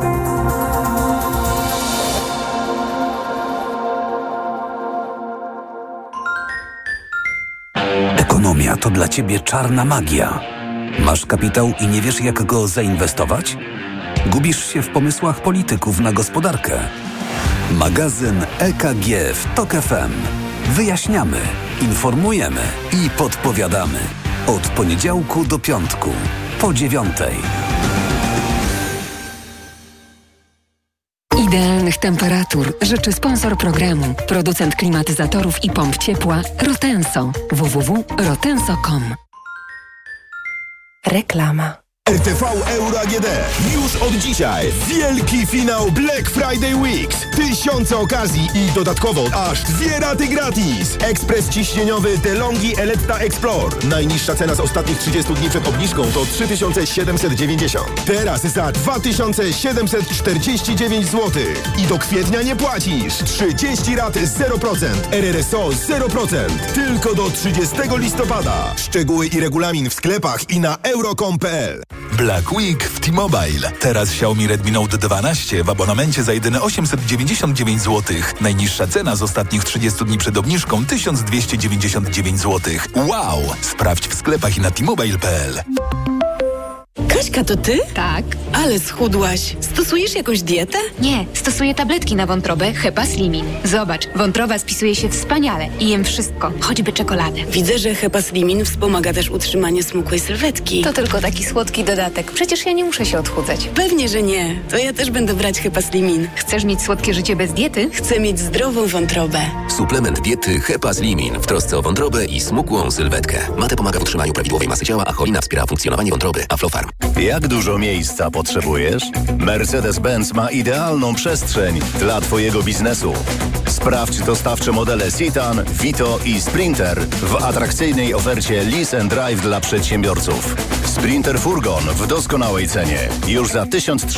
Ekonomia to dla ciebie czarna magia. Masz kapitał i nie wiesz, jak go zainwestować? Gubisz się w pomysłach polityków na gospodarkę? Magazyn EKG w TOK FM. Wyjaśniamy, informujemy i podpowiadamy. Od poniedziałku do piątku, po 9:00. Idealnych temperatur życzy sponsor programu, producent klimatyzatorów i pomp ciepła Rotenso. www.rotenso.com. Reklama. RTV Euro AGD. Już od dzisiaj wielki finał Black Friday Weeks. Tysiące okazji i dodatkowo aż 2 raty gratis. Ekspres ciśnieniowy DeLonghi Eletta Explore. Najniższa cena z ostatnich 30 dni przed obniżką to 3790. Teraz za 2749 zł. I do kwietnia nie płacisz. 30 rat 0%. RRSO 0%. Tylko do 30 listopada. Szczegóły i regulamin w sklepach i na euro.com.pl. Black Week w T-Mobile. Teraz Xiaomi Redmi Note 12 w abonamencie za jedyne 899 zł. Najniższa cena z ostatnich 30 dni przed obniżką 1299 zł. Wow! Sprawdź w sklepach i na T-Mobile.pl. Kaśka, to ty? Tak. Ale schudłaś. Stosujesz jakąś dietę? Nie, stosuję tabletki na wątrobę Hepaslimin. Zobacz, wątroba spisuje się wspaniale i jem wszystko, choćby czekoladę. Widzę, że Hepaslimin wspomaga też utrzymanie smukłej sylwetki. To tylko taki słodki dodatek. Przecież ja nie muszę się odchudzać. Pewnie, że nie. To ja też będę brać Hepaslimin. Chcesz mieć słodkie życie bez diety? Chcę mieć zdrową wątrobę. Suplement diety Hepaslimin w trosce o wątrobę i smukłą sylwetkę. Mate pomaga w utrzymaniu prawidłowej masy ciała, a cholina wspiera funkcjonowanie wątroby. Aflofarm. Jak dużo miejsca potrzebujesz? Mercedes-Benz ma idealną przestrzeń dla Twojego biznesu. Sprawdź dostawcze modele Citan, Vito i Sprinter w atrakcyjnej ofercie Lease and Drive dla przedsiębiorców. Sprinter Furgon w doskonałej cenie. Już za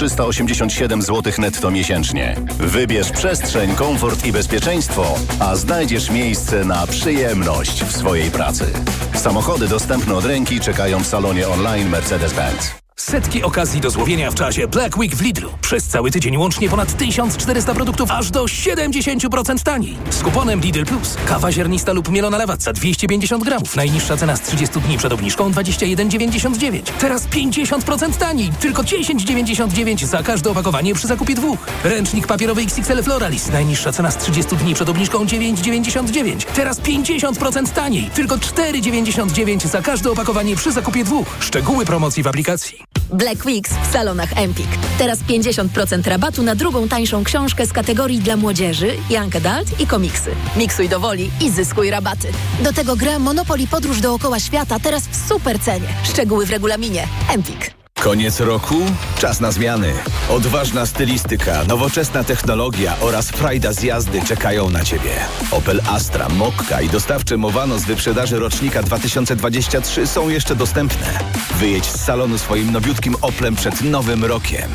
1387 zł netto miesięcznie. Wybierz przestrzeń, komfort i bezpieczeństwo, a znajdziesz miejsce na przyjemność w swojej pracy. Samochody dostępne od ręki czekają w salonie online Mercedes-Benz. Setki okazji do złowienia w czasie Black Week w Lidlu. Przez cały tydzień łącznie ponad 1400 produktów aż do 70% taniej. Z kuponem Lidl Plus. Kawa ziarnista lub mielona lawatca 250 gramów. Najniższa cena z 30 dni przed obniżką 21,99. Teraz 50% taniej. Tylko 10,99 za każde opakowanie przy zakupie 2. Ręcznik papierowy XXL Floralis. Najniższa cena z 30 dni przed obniżką 9,99. Teraz 50% taniej. Tylko 4,99 za każde opakowanie przy zakupie 2. Szczegóły promocji w aplikacji. Black Weeks w salonach Empik. Teraz 50% rabatu na drugą tańszą książkę z kategorii dla młodzieży, Young Adult i komiksy. Miksuj do woli i zyskuj rabaty. Do tego gra Monopoly Podróż dookoła świata teraz w super cenie. Szczegóły w regulaminie. Empik. Koniec roku? Czas na zmiany. Odważna stylistyka, nowoczesna technologia oraz frajda z jazdy czekają na Ciebie. Opel Astra, Mokka i dostawczy Movano z wyprzedaży rocznika 2023 są jeszcze dostępne. Wyjedź z salonu swoim nowiutkim Oplem przed nowym rokiem.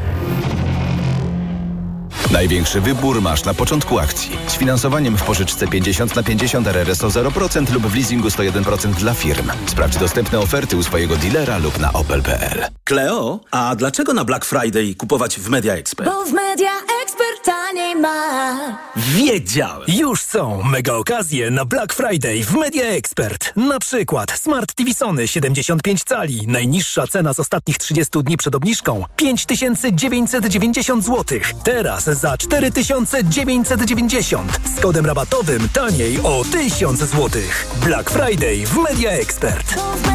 Największy wybór masz na początku akcji. Z finansowaniem w pożyczce 50/50 RRSO 0% lub w leasingu 101% dla firm. Sprawdź dostępne oferty u swojego dealera lub na opel.pl. Kleo, a dlaczego na Black Friday kupować w Media Expert? Bo w Media Expert taniej ma. Wiedziałem! Już są mega okazje na Black Friday w Media Expert. Na przykład Smart TV Sony 75 cali. Najniższa cena z ostatnich 30 dni przed obniżką 5990 zł. Teraz za 4990. Z kodem rabatowym taniej o 1000 zł. Black Friday w Media Expert.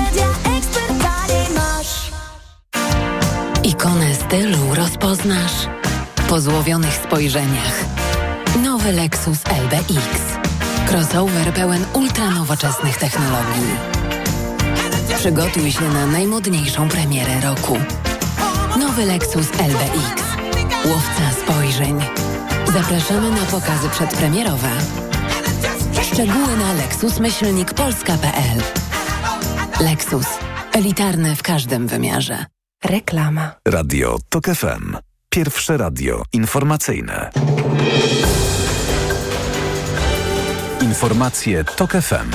Ikonę stylu rozpoznasz po złowionych spojrzeniach. Nowy Lexus LBX. Crossover pełen ultranowoczesnych technologii. Przygotuj się na najmodniejszą premierę roku. Nowy Lexus LBX. Łowca spojrzeń. Zapraszamy na pokazy przedpremierowe. Szczegóły na lexus-polska.pl. Lexus. Elitarny w każdym wymiarze. Reklama. Radio TOK FM. Pierwsze radio informacyjne. Informacje TOK FM.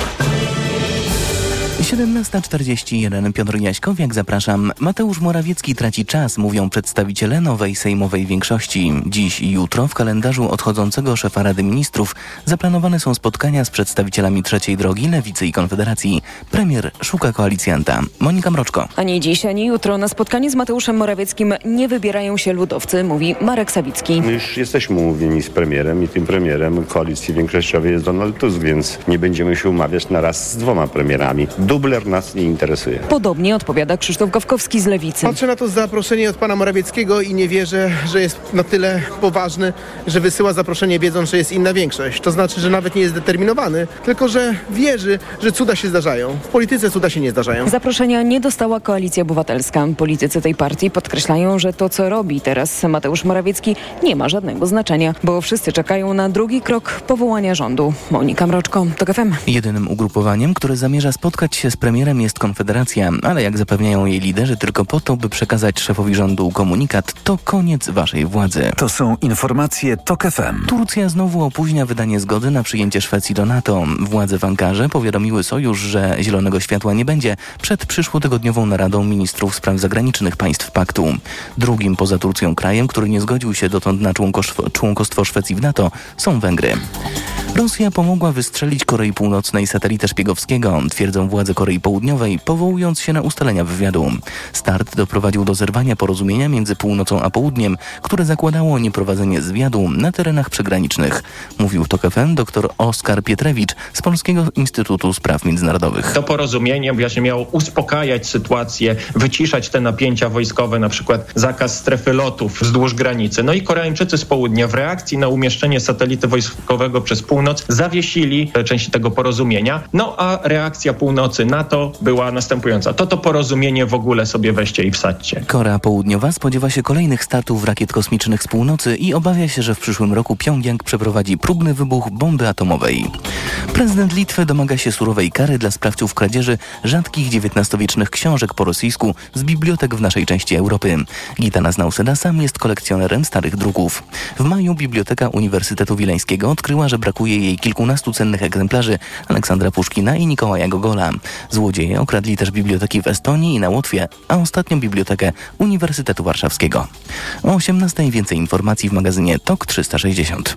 17:41. Piotr Jaśkowiak, zapraszam. Mateusz Morawiecki traci czas, mówią przedstawiciele nowej sejmowej większości. Dziś i jutro w kalendarzu odchodzącego szefa Rady Ministrów zaplanowane są spotkania z przedstawicielami Trzeciej Drogi, Lewicy i Konfederacji. Premier szuka koalicjanta. Monika Mroczko. Ani dziś, ani jutro na spotkanie z Mateuszem Morawieckim nie wybierają się ludowcy, mówi Marek Sawicki. My już jesteśmy umówieni z premierem i tym premierem koalicji większościowej jest Donald Tusk, więc nie będziemy się umawiać na raz z dwoma premierami. Dubler nas nie interesuje. Podobnie odpowiada Krzysztof Gawkowski z Lewicy. Patrzę na to zaproszenie od pana Morawieckiego i nie wierzę, że jest na tyle poważny, że wysyła zaproszenie wiedząc, że jest inna większość. To znaczy, że nawet nie jest zdeterminowany, tylko że wierzy, że cuda się zdarzają. W polityce cuda się nie zdarzają. Zaproszenia nie dostała Koalicja Obywatelska. Politycy tej partii podkreślają, że to, co robi teraz Mateusz Morawiecki, nie ma żadnego znaczenia, bo wszyscy czekają na drugi krok powołania rządu. Monika Mroczko, TOK FM. Jedynym ugrupowaniem, które zamierza spotkać się z premierem, jest Konfederacja, ale jak zapewniają jej liderzy, tylko po to, by przekazać szefowi rządu komunikat: to koniec waszej władzy. To są informacje TOK FM. Turcja znowu opóźnia wydanie zgody na przyjęcie Szwecji do NATO. Władze w Ankarze powiadomiły sojusz, że zielonego światła nie będzie przed przyszłotygodniową naradą ministrów spraw zagranicznych państw paktu. Drugim poza Turcją krajem, który nie zgodził się dotąd na członkostwo Szwecji w NATO, są Węgry. Rosja pomogła wystrzelić Korei Północnej satelitę szpiegowskiego, twierdzą władze Korei Południowej, powołując się na ustalenia wywiadu. Start doprowadził do zerwania porozumienia między północą a południem, które zakładało nieprowadzenie zwiadu na terenach przygranicznych. Mówił TOK FM dr Oskar Pietrewicz z Polskiego Instytutu Spraw Międzynarodowych. To porozumienie właśnie miało uspokajać sytuację, wyciszać te napięcia wojskowe, na przykład zakaz strefy lotów wzdłuż granicy. No i Koreańczycy z południa w reakcji na umieszczenie satelity wojskowego przez północ zawiesili część tego porozumienia. No a reakcja północy na to była następująca: to porozumienie w ogóle sobie weźcie i wsadźcie. Korea Południowa spodziewa się kolejnych startów rakiet kosmicznych z północy i obawia się, że w przyszłym roku Pjongjang przeprowadzi próbny wybuch bomby atomowej. Prezydent Litwy domaga się surowej kary dla sprawców kradzieży rzadkich XIX-wiecznych książek po rosyjsku z bibliotek w naszej części Europy. Gitanas Nauseda sam jest kolekcjonerem starych druków. W maju Biblioteka Uniwersytetu Wileńskiego odkryła, że brakuje jej kilkunastu cennych egzemplarzy Aleksandra Puszkina i Nikołaja Gogola. Złodzieje okradli też biblioteki w Estonii i na Łotwie, a ostatnio bibliotekę Uniwersytetu Warszawskiego. O 18:00 więcej informacji w magazynie TOK 360.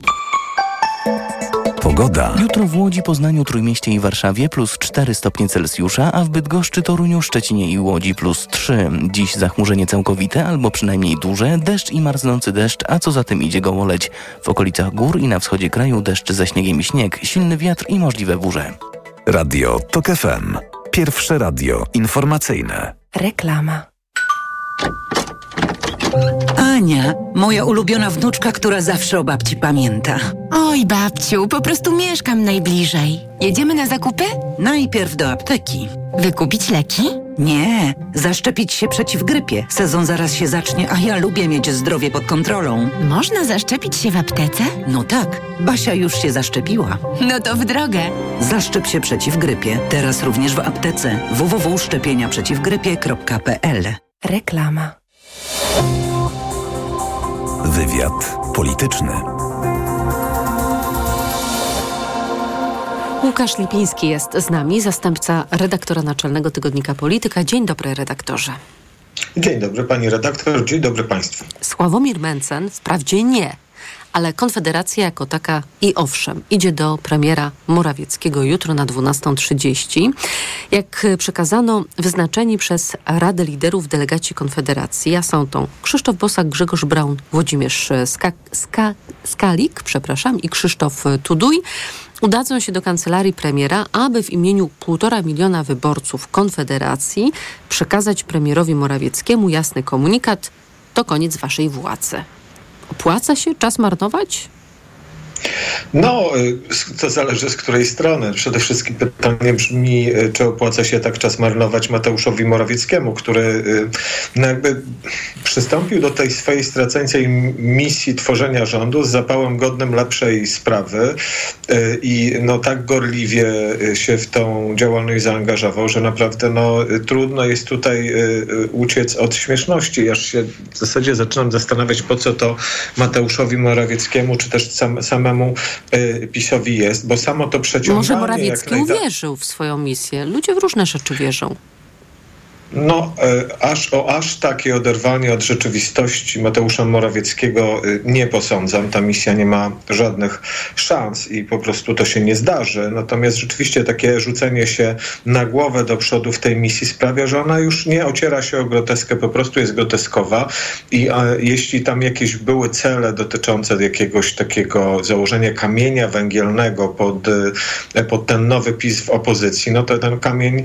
Pogoda. Jutro w Łodzi, Poznaniu, Trójmieście i Warszawie +4 stopnie Celsjusza, a w Bydgoszczy, Toruniu, Szczecinie i Łodzi +3. Dziś zachmurzenie całkowite albo przynajmniej duże, deszcz i marznący deszcz, a co za tym idzie gołoleć. W okolicach gór i na wschodzie kraju deszcz ze śniegiem i śnieg, silny wiatr i możliwe burze. Radio TOK FM. Pierwsze radio informacyjne. Reklama. Ania, moja ulubiona wnuczka, która zawsze o babci pamięta. Oj, babciu, po prostu mieszkam najbliżej. Jedziemy na zakupy? Najpierw do apteki. Wykupić leki? Nie, zaszczepić się przeciw grypie. Sezon zaraz się zacznie, a ja lubię mieć zdrowie pod kontrolą. Można zaszczepić się w aptece? No tak, Basia już się zaszczepiła. No to w drogę. Zaszczep się przeciw grypie. Teraz również w aptece. www.szczepieniaprzeciwgrypie.pl. Reklama. Wywiad polityczny. Łukasz Lipiński jest z nami, zastępca redaktora naczelnego tygodnika Polityka. Dzień dobry, redaktorze. Dzień dobry, pani redaktor, dzień dobry państwu. Sławomir Mencen wprawdzie nie, ale Konfederacja jako taka i owszem, idzie do premiera Morawieckiego jutro na 12:30. Jak przekazano, wyznaczeni przez Radę Liderów delegaci Konfederacji, a są to Krzysztof Bosak, Grzegorz Braun, Włodzimierz Skalik, i Krzysztof Tuduj, udadzą się do kancelarii premiera, aby w imieniu 1,5 miliona wyborców Konfederacji przekazać premierowi Morawieckiemu jasny komunikat: to koniec waszej władzy. Opłaca się czas marnować? No, to zależy z której strony. Przede wszystkim pytanie brzmi, czy opłaca się tak czas marnować Mateuszowi Morawieckiemu, który no jakby przystąpił do tej swojej straceńcej misji tworzenia rządu z zapałem godnym lepszej sprawy i no tak gorliwie się w tą działalność zaangażował, że naprawdę no trudno jest tutaj uciec od śmieszności. Aż się w zasadzie zaczynam zastanawiać, po co to Mateuszowi Morawieckiemu, czy też samemu PiS-owi jest, bo samo to przeciąganie... Może Morawiecki uwierzył w swoją misję. Ludzie w różne rzeczy wierzą. No, aż takie oderwanie od rzeczywistości Mateusza Morawieckiego nie posądzam. Ta misja nie ma żadnych szans i po prostu to się nie zdarzy. Natomiast rzeczywiście takie rzucenie się na głowę do przodu w tej misji sprawia, że ona już nie ociera się o groteskę, po prostu jest groteskowa i jeśli tam jakieś były cele dotyczące jakiegoś takiego założenia kamienia węgielnego pod ten nowy PiS w opozycji, no to ten kamień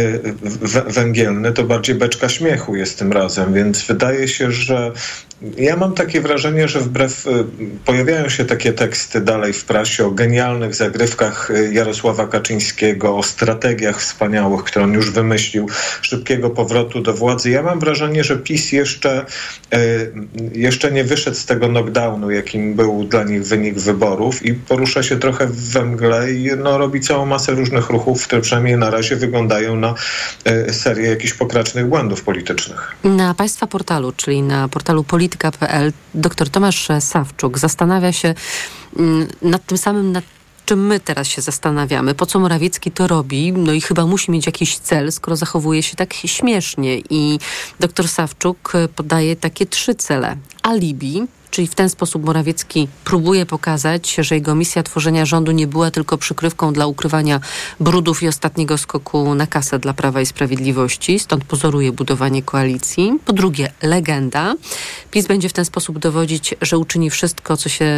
węgielny to bardziej beczka śmiechu jest tym razem, więc wydaje się, że ja mam takie wrażenie, że pojawiają się takie teksty dalej w prasie o genialnych zagrywkach Jarosława Kaczyńskiego, o strategiach wspaniałych, które on już wymyślił, szybkiego powrotu do władzy. Ja mam wrażenie, że PiS jeszcze nie wyszedł z tego knockdownu, jakim był dla nich wynik wyborów i porusza się trochę we mgle i no, robi całą masę różnych ruchów, które przynajmniej na razie wyglądają na serię jakichś pokracznych błędów politycznych. Na państwa portalu, czyli na portalu polityka.pl, dr Tomasz Sawczuk zastanawia się nad tym samym, nad czym my teraz się zastanawiamy. Po co Morawiecki to robi? No i chyba musi mieć jakiś cel, skoro zachowuje się tak śmiesznie. I dr Sawczuk podaje takie 3 cele. Alibi, czyli w ten sposób Morawiecki próbuje pokazać, że jego misja tworzenia rządu nie była tylko przykrywką dla ukrywania brudów i ostatniego skoku na kasę dla Prawa i Sprawiedliwości, stąd pozoruje budowanie koalicji. Po drugie, legenda. PiS będzie w ten sposób dowodzić, że uczynił wszystko,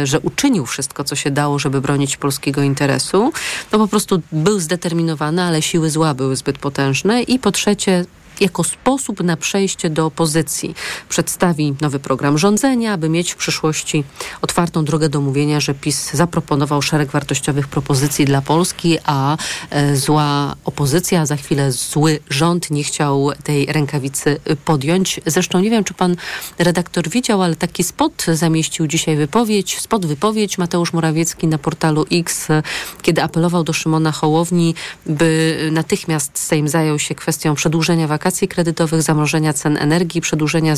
co się dało, żeby bronić polskiego interesu. No po prostu był zdeterminowany, ale siły zła były zbyt potężne. I po trzecie, jako sposób na przejście do opozycji. Przedstawi nowy program rządzenia, aby mieć w przyszłości otwartą drogę do mówienia, że PiS zaproponował szereg wartościowych propozycji dla Polski, a zła opozycja, za chwilę zły rząd nie chciał tej rękawicy podjąć. Zresztą nie wiem, czy pan redaktor widział, ale taki spot zamieścił dzisiaj wypowiedź Mateusz Morawiecki na portalu X, kiedy apelował do Szymona Hołowni, by natychmiast Sejm zajął się kwestią przedłużenia wakacji kredytowych, zamrożenia cen energii, przedłużenia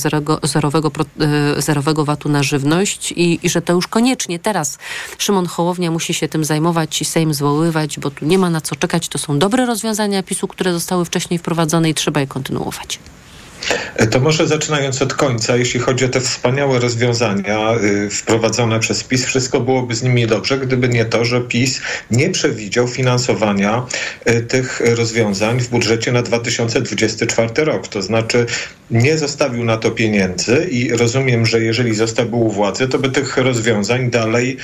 zerowego VAT-u na żywność i że to już koniecznie teraz Szymon Hołownia musi się tym zajmować i Sejm zwoływać, bo tu nie ma na co czekać. To są dobre rozwiązania PiS-u, które zostały wcześniej wprowadzone i trzeba je kontynuować. To może zaczynając od końca, jeśli chodzi o te wspaniałe rozwiązania wprowadzone przez PiS, wszystko byłoby z nimi dobrze, gdyby nie to, że PiS nie przewidział finansowania tych rozwiązań w budżecie na 2024 rok. To znaczy nie zostawił na to pieniędzy i rozumiem, że jeżeli zostałby u władzy, to by tych rozwiązań dalej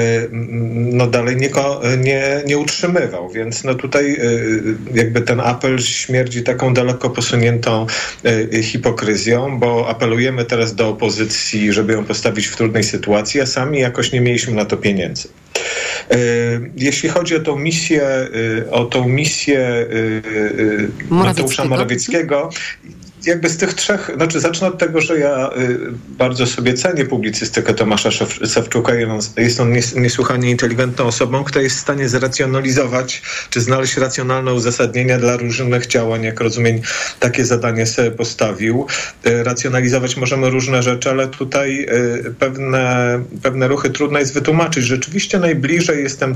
nie utrzymywał. Więc no tutaj jakby ten apel śmierdzi taką daleko posuniętą hipokryzją, bo apelujemy teraz do opozycji, żeby ją postawić w trudnej sytuacji, a sami jakoś nie mieliśmy na to pieniędzy. Jeśli chodzi o tą misję Mateusza Morawieckiego, jakby z tych 3, zacznę od tego, że ja bardzo sobie cenię publicystykę Tomasza Sawczuka. Jest on niesłychanie inteligentną osobą, która jest w stanie zracjonalizować, czy znaleźć racjonalne uzasadnienia dla różnych działań. Jak rozumiem, takie zadanie sobie postawił. Racjonalizować możemy różne rzeczy, ale tutaj pewne ruchy trudno jest wytłumaczyć. Rzeczywiście najbliżej jestem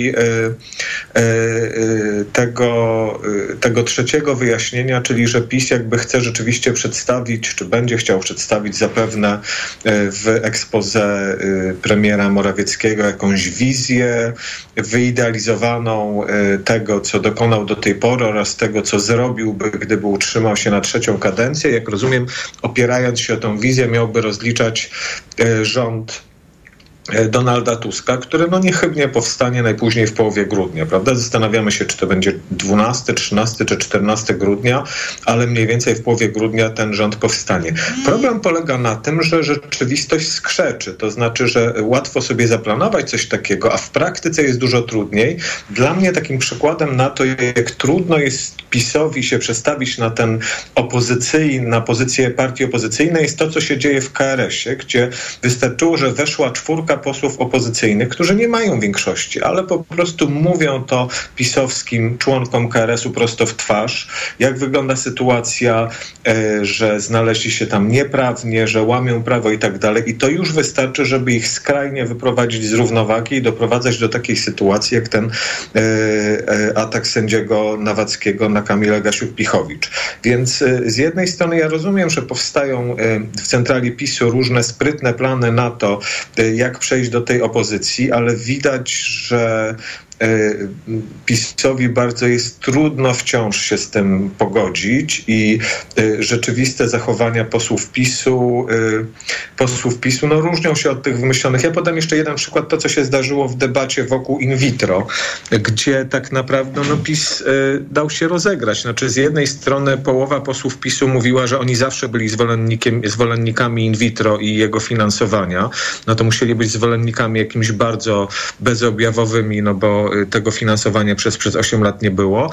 tego trzeciego wyjaśnienia, czyli że PiS jakby chce rzeczywiście przedstawić, czy będzie chciał przedstawić zapewne w exposé premiera Morawieckiego jakąś wizję wyidealizowaną tego, co dokonał do tej pory oraz tego, co zrobiłby, gdyby utrzymał się na 3. kadencję. Jak rozumiem, opierając się o tą wizję, miałby rozliczać rząd Donalda Tuska, który niechybnie powstanie najpóźniej w połowie grudnia, prawda? Zastanawiamy się, czy to będzie 12, 13 czy 14 grudnia, ale mniej więcej w połowie grudnia ten rząd powstanie. Problem polega na tym, że rzeczywistość skrzeczy, to znaczy, że łatwo sobie zaplanować coś takiego, a w praktyce jest dużo trudniej. Dla mnie takim przykładem na to, jak trudno jest PiS-owi się przestawić na na pozycję partii opozycyjnej, jest to, co się dzieje w KRS-ie, gdzie wystarczyło, że weszła 4 posłów opozycyjnych, którzy nie mają większości, ale po prostu mówią to pisowskim członkom KRS-u prosto w twarz, jak wygląda sytuacja, że znaleźli się tam nieprawnie, że łamią prawo i tak dalej. I to już wystarczy, żeby ich skrajnie wyprowadzić z równowagi i doprowadzać do takiej sytuacji, jak ten atak sędziego Nawackiego na Kamilę Gasiuk-Pichowicz. Więc z jednej strony ja rozumiem, że powstają w centrali PiS-u różne sprytne plany na to, jak przejść do tej opozycji, ale widać, że PiS-owi bardzo jest trudno wciąż się z tym pogodzić i rzeczywiste zachowania posłów PiS-u różnią się od tych wymyślonych. Ja podam jeszcze jeden przykład, to co się zdarzyło w debacie wokół in vitro, gdzie tak naprawdę PiS dał się rozegrać. Znaczy z jednej strony połowa posłów PiS-u mówiła, że oni zawsze byli zwolennikami in vitro i jego finansowania. To musieli być zwolennikami jakimiś bardzo bezobjawowymi, bo tego finansowania przez 8 lat nie było.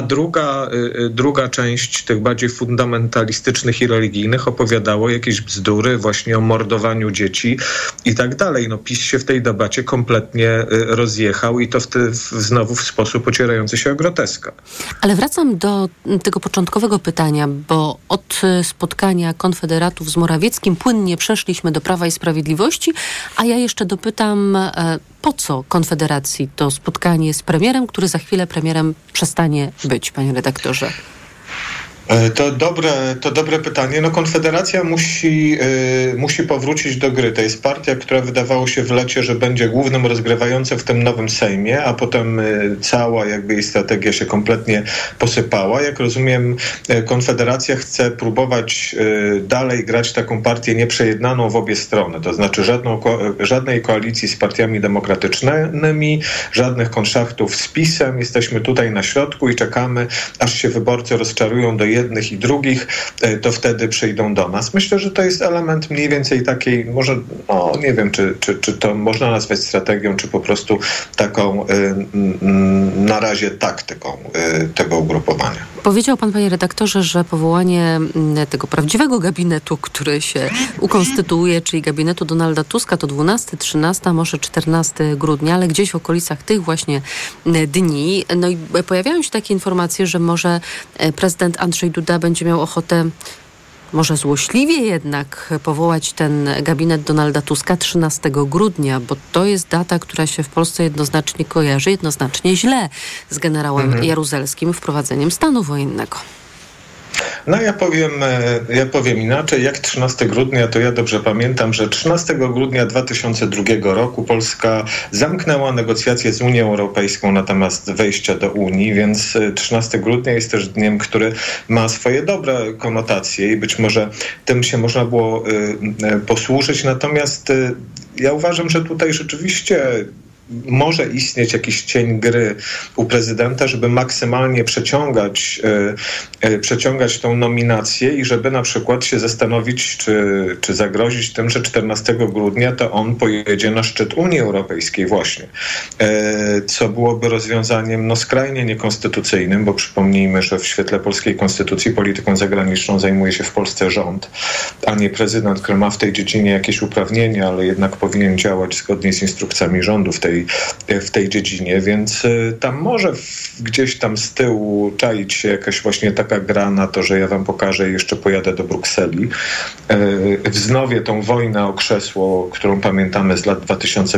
Druga część tych bardziej fundamentalistycznych i religijnych opowiadało jakieś bzdury właśnie o mordowaniu dzieci i tak dalej. PiS się w tej debacie kompletnie rozjechał i to znowu w sposób ocierający się o groteskę. Ale wracam do tego początkowego pytania, bo od spotkania konfederatów z Morawieckim płynnie przeszliśmy do Prawa i Sprawiedliwości, a ja jeszcze dopytam, po co Konfederacji to spotkanie z premierem, który za chwilę premierem przestanie być, panie redaktorze? To dobre pytanie. Konfederacja musi powrócić do gry. To jest partia, która wydawało się w lecie, że będzie głównym rozgrywającym w tym nowym Sejmie, a potem cała jej strategia się kompletnie posypała. Jak rozumiem, Konfederacja chce próbować dalej grać taką partię nieprzejednaną w obie strony. To znaczy żadnej koalicji z partiami demokratycznymi, żadnych konszachtów z PiS-em. Jesteśmy tutaj na środku i czekamy, aż się wyborcy rozczarują do jednych i drugich, to wtedy przyjdą do nas. Myślę, że to jest element mniej więcej takiej, może, nie wiem, czy to można nazwać strategią, czy po prostu taką na razie taktyką tego ugrupowania. Powiedział pan, panie redaktorze, że powołanie tego prawdziwego gabinetu, który się ukonstytuuje, czyli gabinetu Donalda Tuska, to 12, 13, może 14 grudnia, ale gdzieś w okolicach tych właśnie dni. I pojawiają się takie informacje, że może prezydent Andrzej Duda będzie miał ochotę może złośliwie jednak powołać ten gabinet Donalda Tuska 13 grudnia, bo to jest data, która się w Polsce jednoznacznie kojarzy, jednoznacznie źle z generałem Jaruzelskim wprowadzeniem stanu wojennego. Ja powiem inaczej. Jak 13 grudnia, to ja dobrze pamiętam, że 13 grudnia 2002 roku Polska zamknęła negocjacje z Unią Europejską na temat wejścia do Unii, więc 13 grudnia jest też dniem, który ma swoje dobre konotacje i być może tym się można było posłużyć. Natomiast ja uważam, że tutaj rzeczywiście może istnieć jakiś cień gry u prezydenta, żeby maksymalnie przeciągać tą nominację i żeby na przykład się zastanowić, czy zagrozić tym, że 14 grudnia to on pojedzie na szczyt Unii Europejskiej właśnie. Co byłoby rozwiązaniem skrajnie niekonstytucyjnym, bo przypomnijmy, że w świetle polskiej konstytucji polityką zagraniczną zajmuje się w Polsce rząd, a nie prezydent, który ma w tej dziedzinie jakieś uprawnienia, ale jednak powinien działać zgodnie z instrukcjami rządu w tej dziedzinie, więc tam może gdzieś tam z tyłu czaić się jakaś właśnie taka gra na to, że ja wam pokażę i jeszcze pojadę do Brukseli. Wznowię tą wojnę o krzesło, którą pamiętamy z lat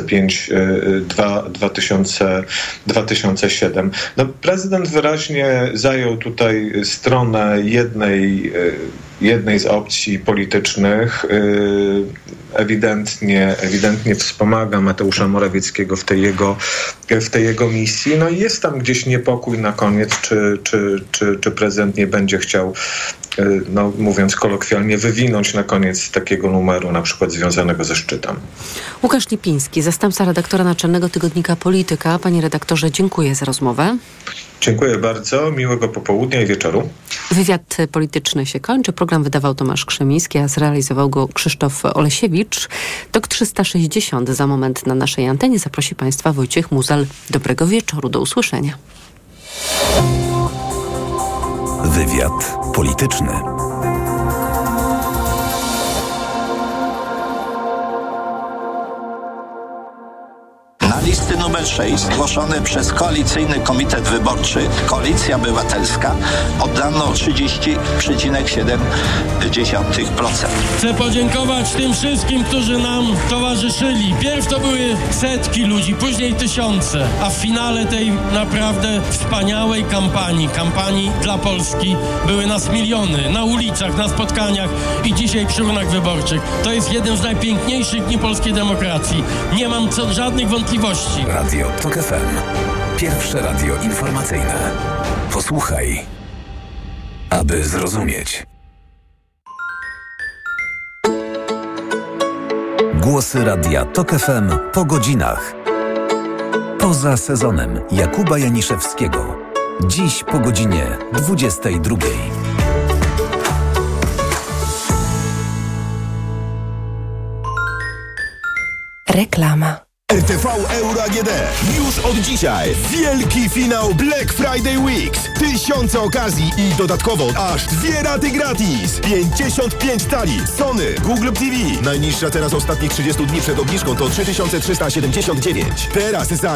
2005-2007. Prezydent wyraźnie zajął tutaj stronę jednej z opcji politycznych. ewidentnie wspomaga Mateusza Morawieckiego w tej jego misji. No i jest tam gdzieś niepokój na koniec, czy prezydent nie będzie chciał, no mówiąc kolokwialnie, wywinąć na koniec takiego numeru, na przykład związanego ze szczytem. Łukasz Lipiński, zastępca redaktora naczelnego tygodnika Polityka. Panie redaktorze, dziękuję za rozmowę. Dziękuję bardzo. Miłego popołudnia i wieczoru. Wywiad polityczny się kończy. Program wydawał Tomasz Krzemiński, a zrealizował go Krzysztof Olesiewicz. TOK 360 za moment na naszej antenie. Zaprosi Państwa Wojciech Muzal. Dobrego wieczoru. Do usłyszenia. Wywiad polityczny. Na listy numer 6 zgłoszone przez Koalicyjny Komitet Wyborczy Koalicja Obywatelska oddano 30,7%. Chcę podziękować tym wszystkim, którzy nam towarzyszyli. Pierw to były setki ludzi, później tysiące, a w finale tej naprawdę wspaniałej kampanii dla Polski były nas miliony na ulicach, na spotkaniach i dzisiaj przy urnach wyborczych. To jest jeden z najpiękniejszych dni polskiej demokracji. Nie mam żadnych wątpliwości. Radio TOK FM. Pierwsze radio informacyjne. Posłuchaj, aby zrozumieć. Głosy Radia TOK FM po godzinach. Poza sezonem Jakuba Janiszewskiego. Dziś po godzinie 22. Reklama. RTV Euro AGD. Już od dzisiaj wielki finał Black Friday Weeks. Tysiące okazji i dodatkowo aż 2 raty gratis. 55 talii Sony, Google TV. Najniższa teraz ostatnich 30 dni przed obniżką to 3379. Teraz za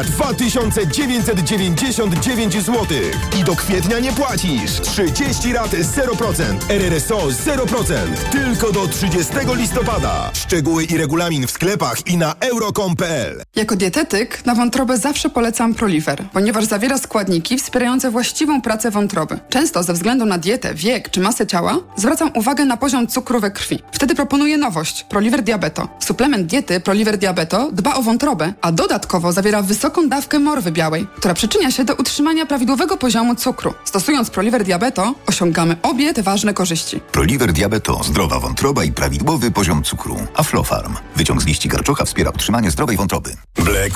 2999 zł. I do kwietnia nie płacisz. 30 rat 0%. RRSO 0%. Tylko do 30 listopada. Szczegóły i regulamin w sklepach i na euro.com.pl. Jako dietetyk na wątrobę zawsze polecam Proliver, ponieważ zawiera składniki wspierające właściwą pracę wątroby. Często ze względu na dietę, wiek czy masę ciała zwracam uwagę na poziom cukru we krwi. Wtedy proponuję nowość Proliver Diabeto. Suplement diety Proliver Diabeto dba o wątrobę, a dodatkowo zawiera wysoką dawkę morwy białej, która przyczynia się do utrzymania prawidłowego poziomu cukru. Stosując Proliver Diabeto osiągamy obie te ważne korzyści. Proliver Diabeto, zdrowa wątroba i prawidłowy poziom cukru. Aflofarm. Wyciąg z liści garczocha wspiera utrzymanie zdrowej wątroby. Black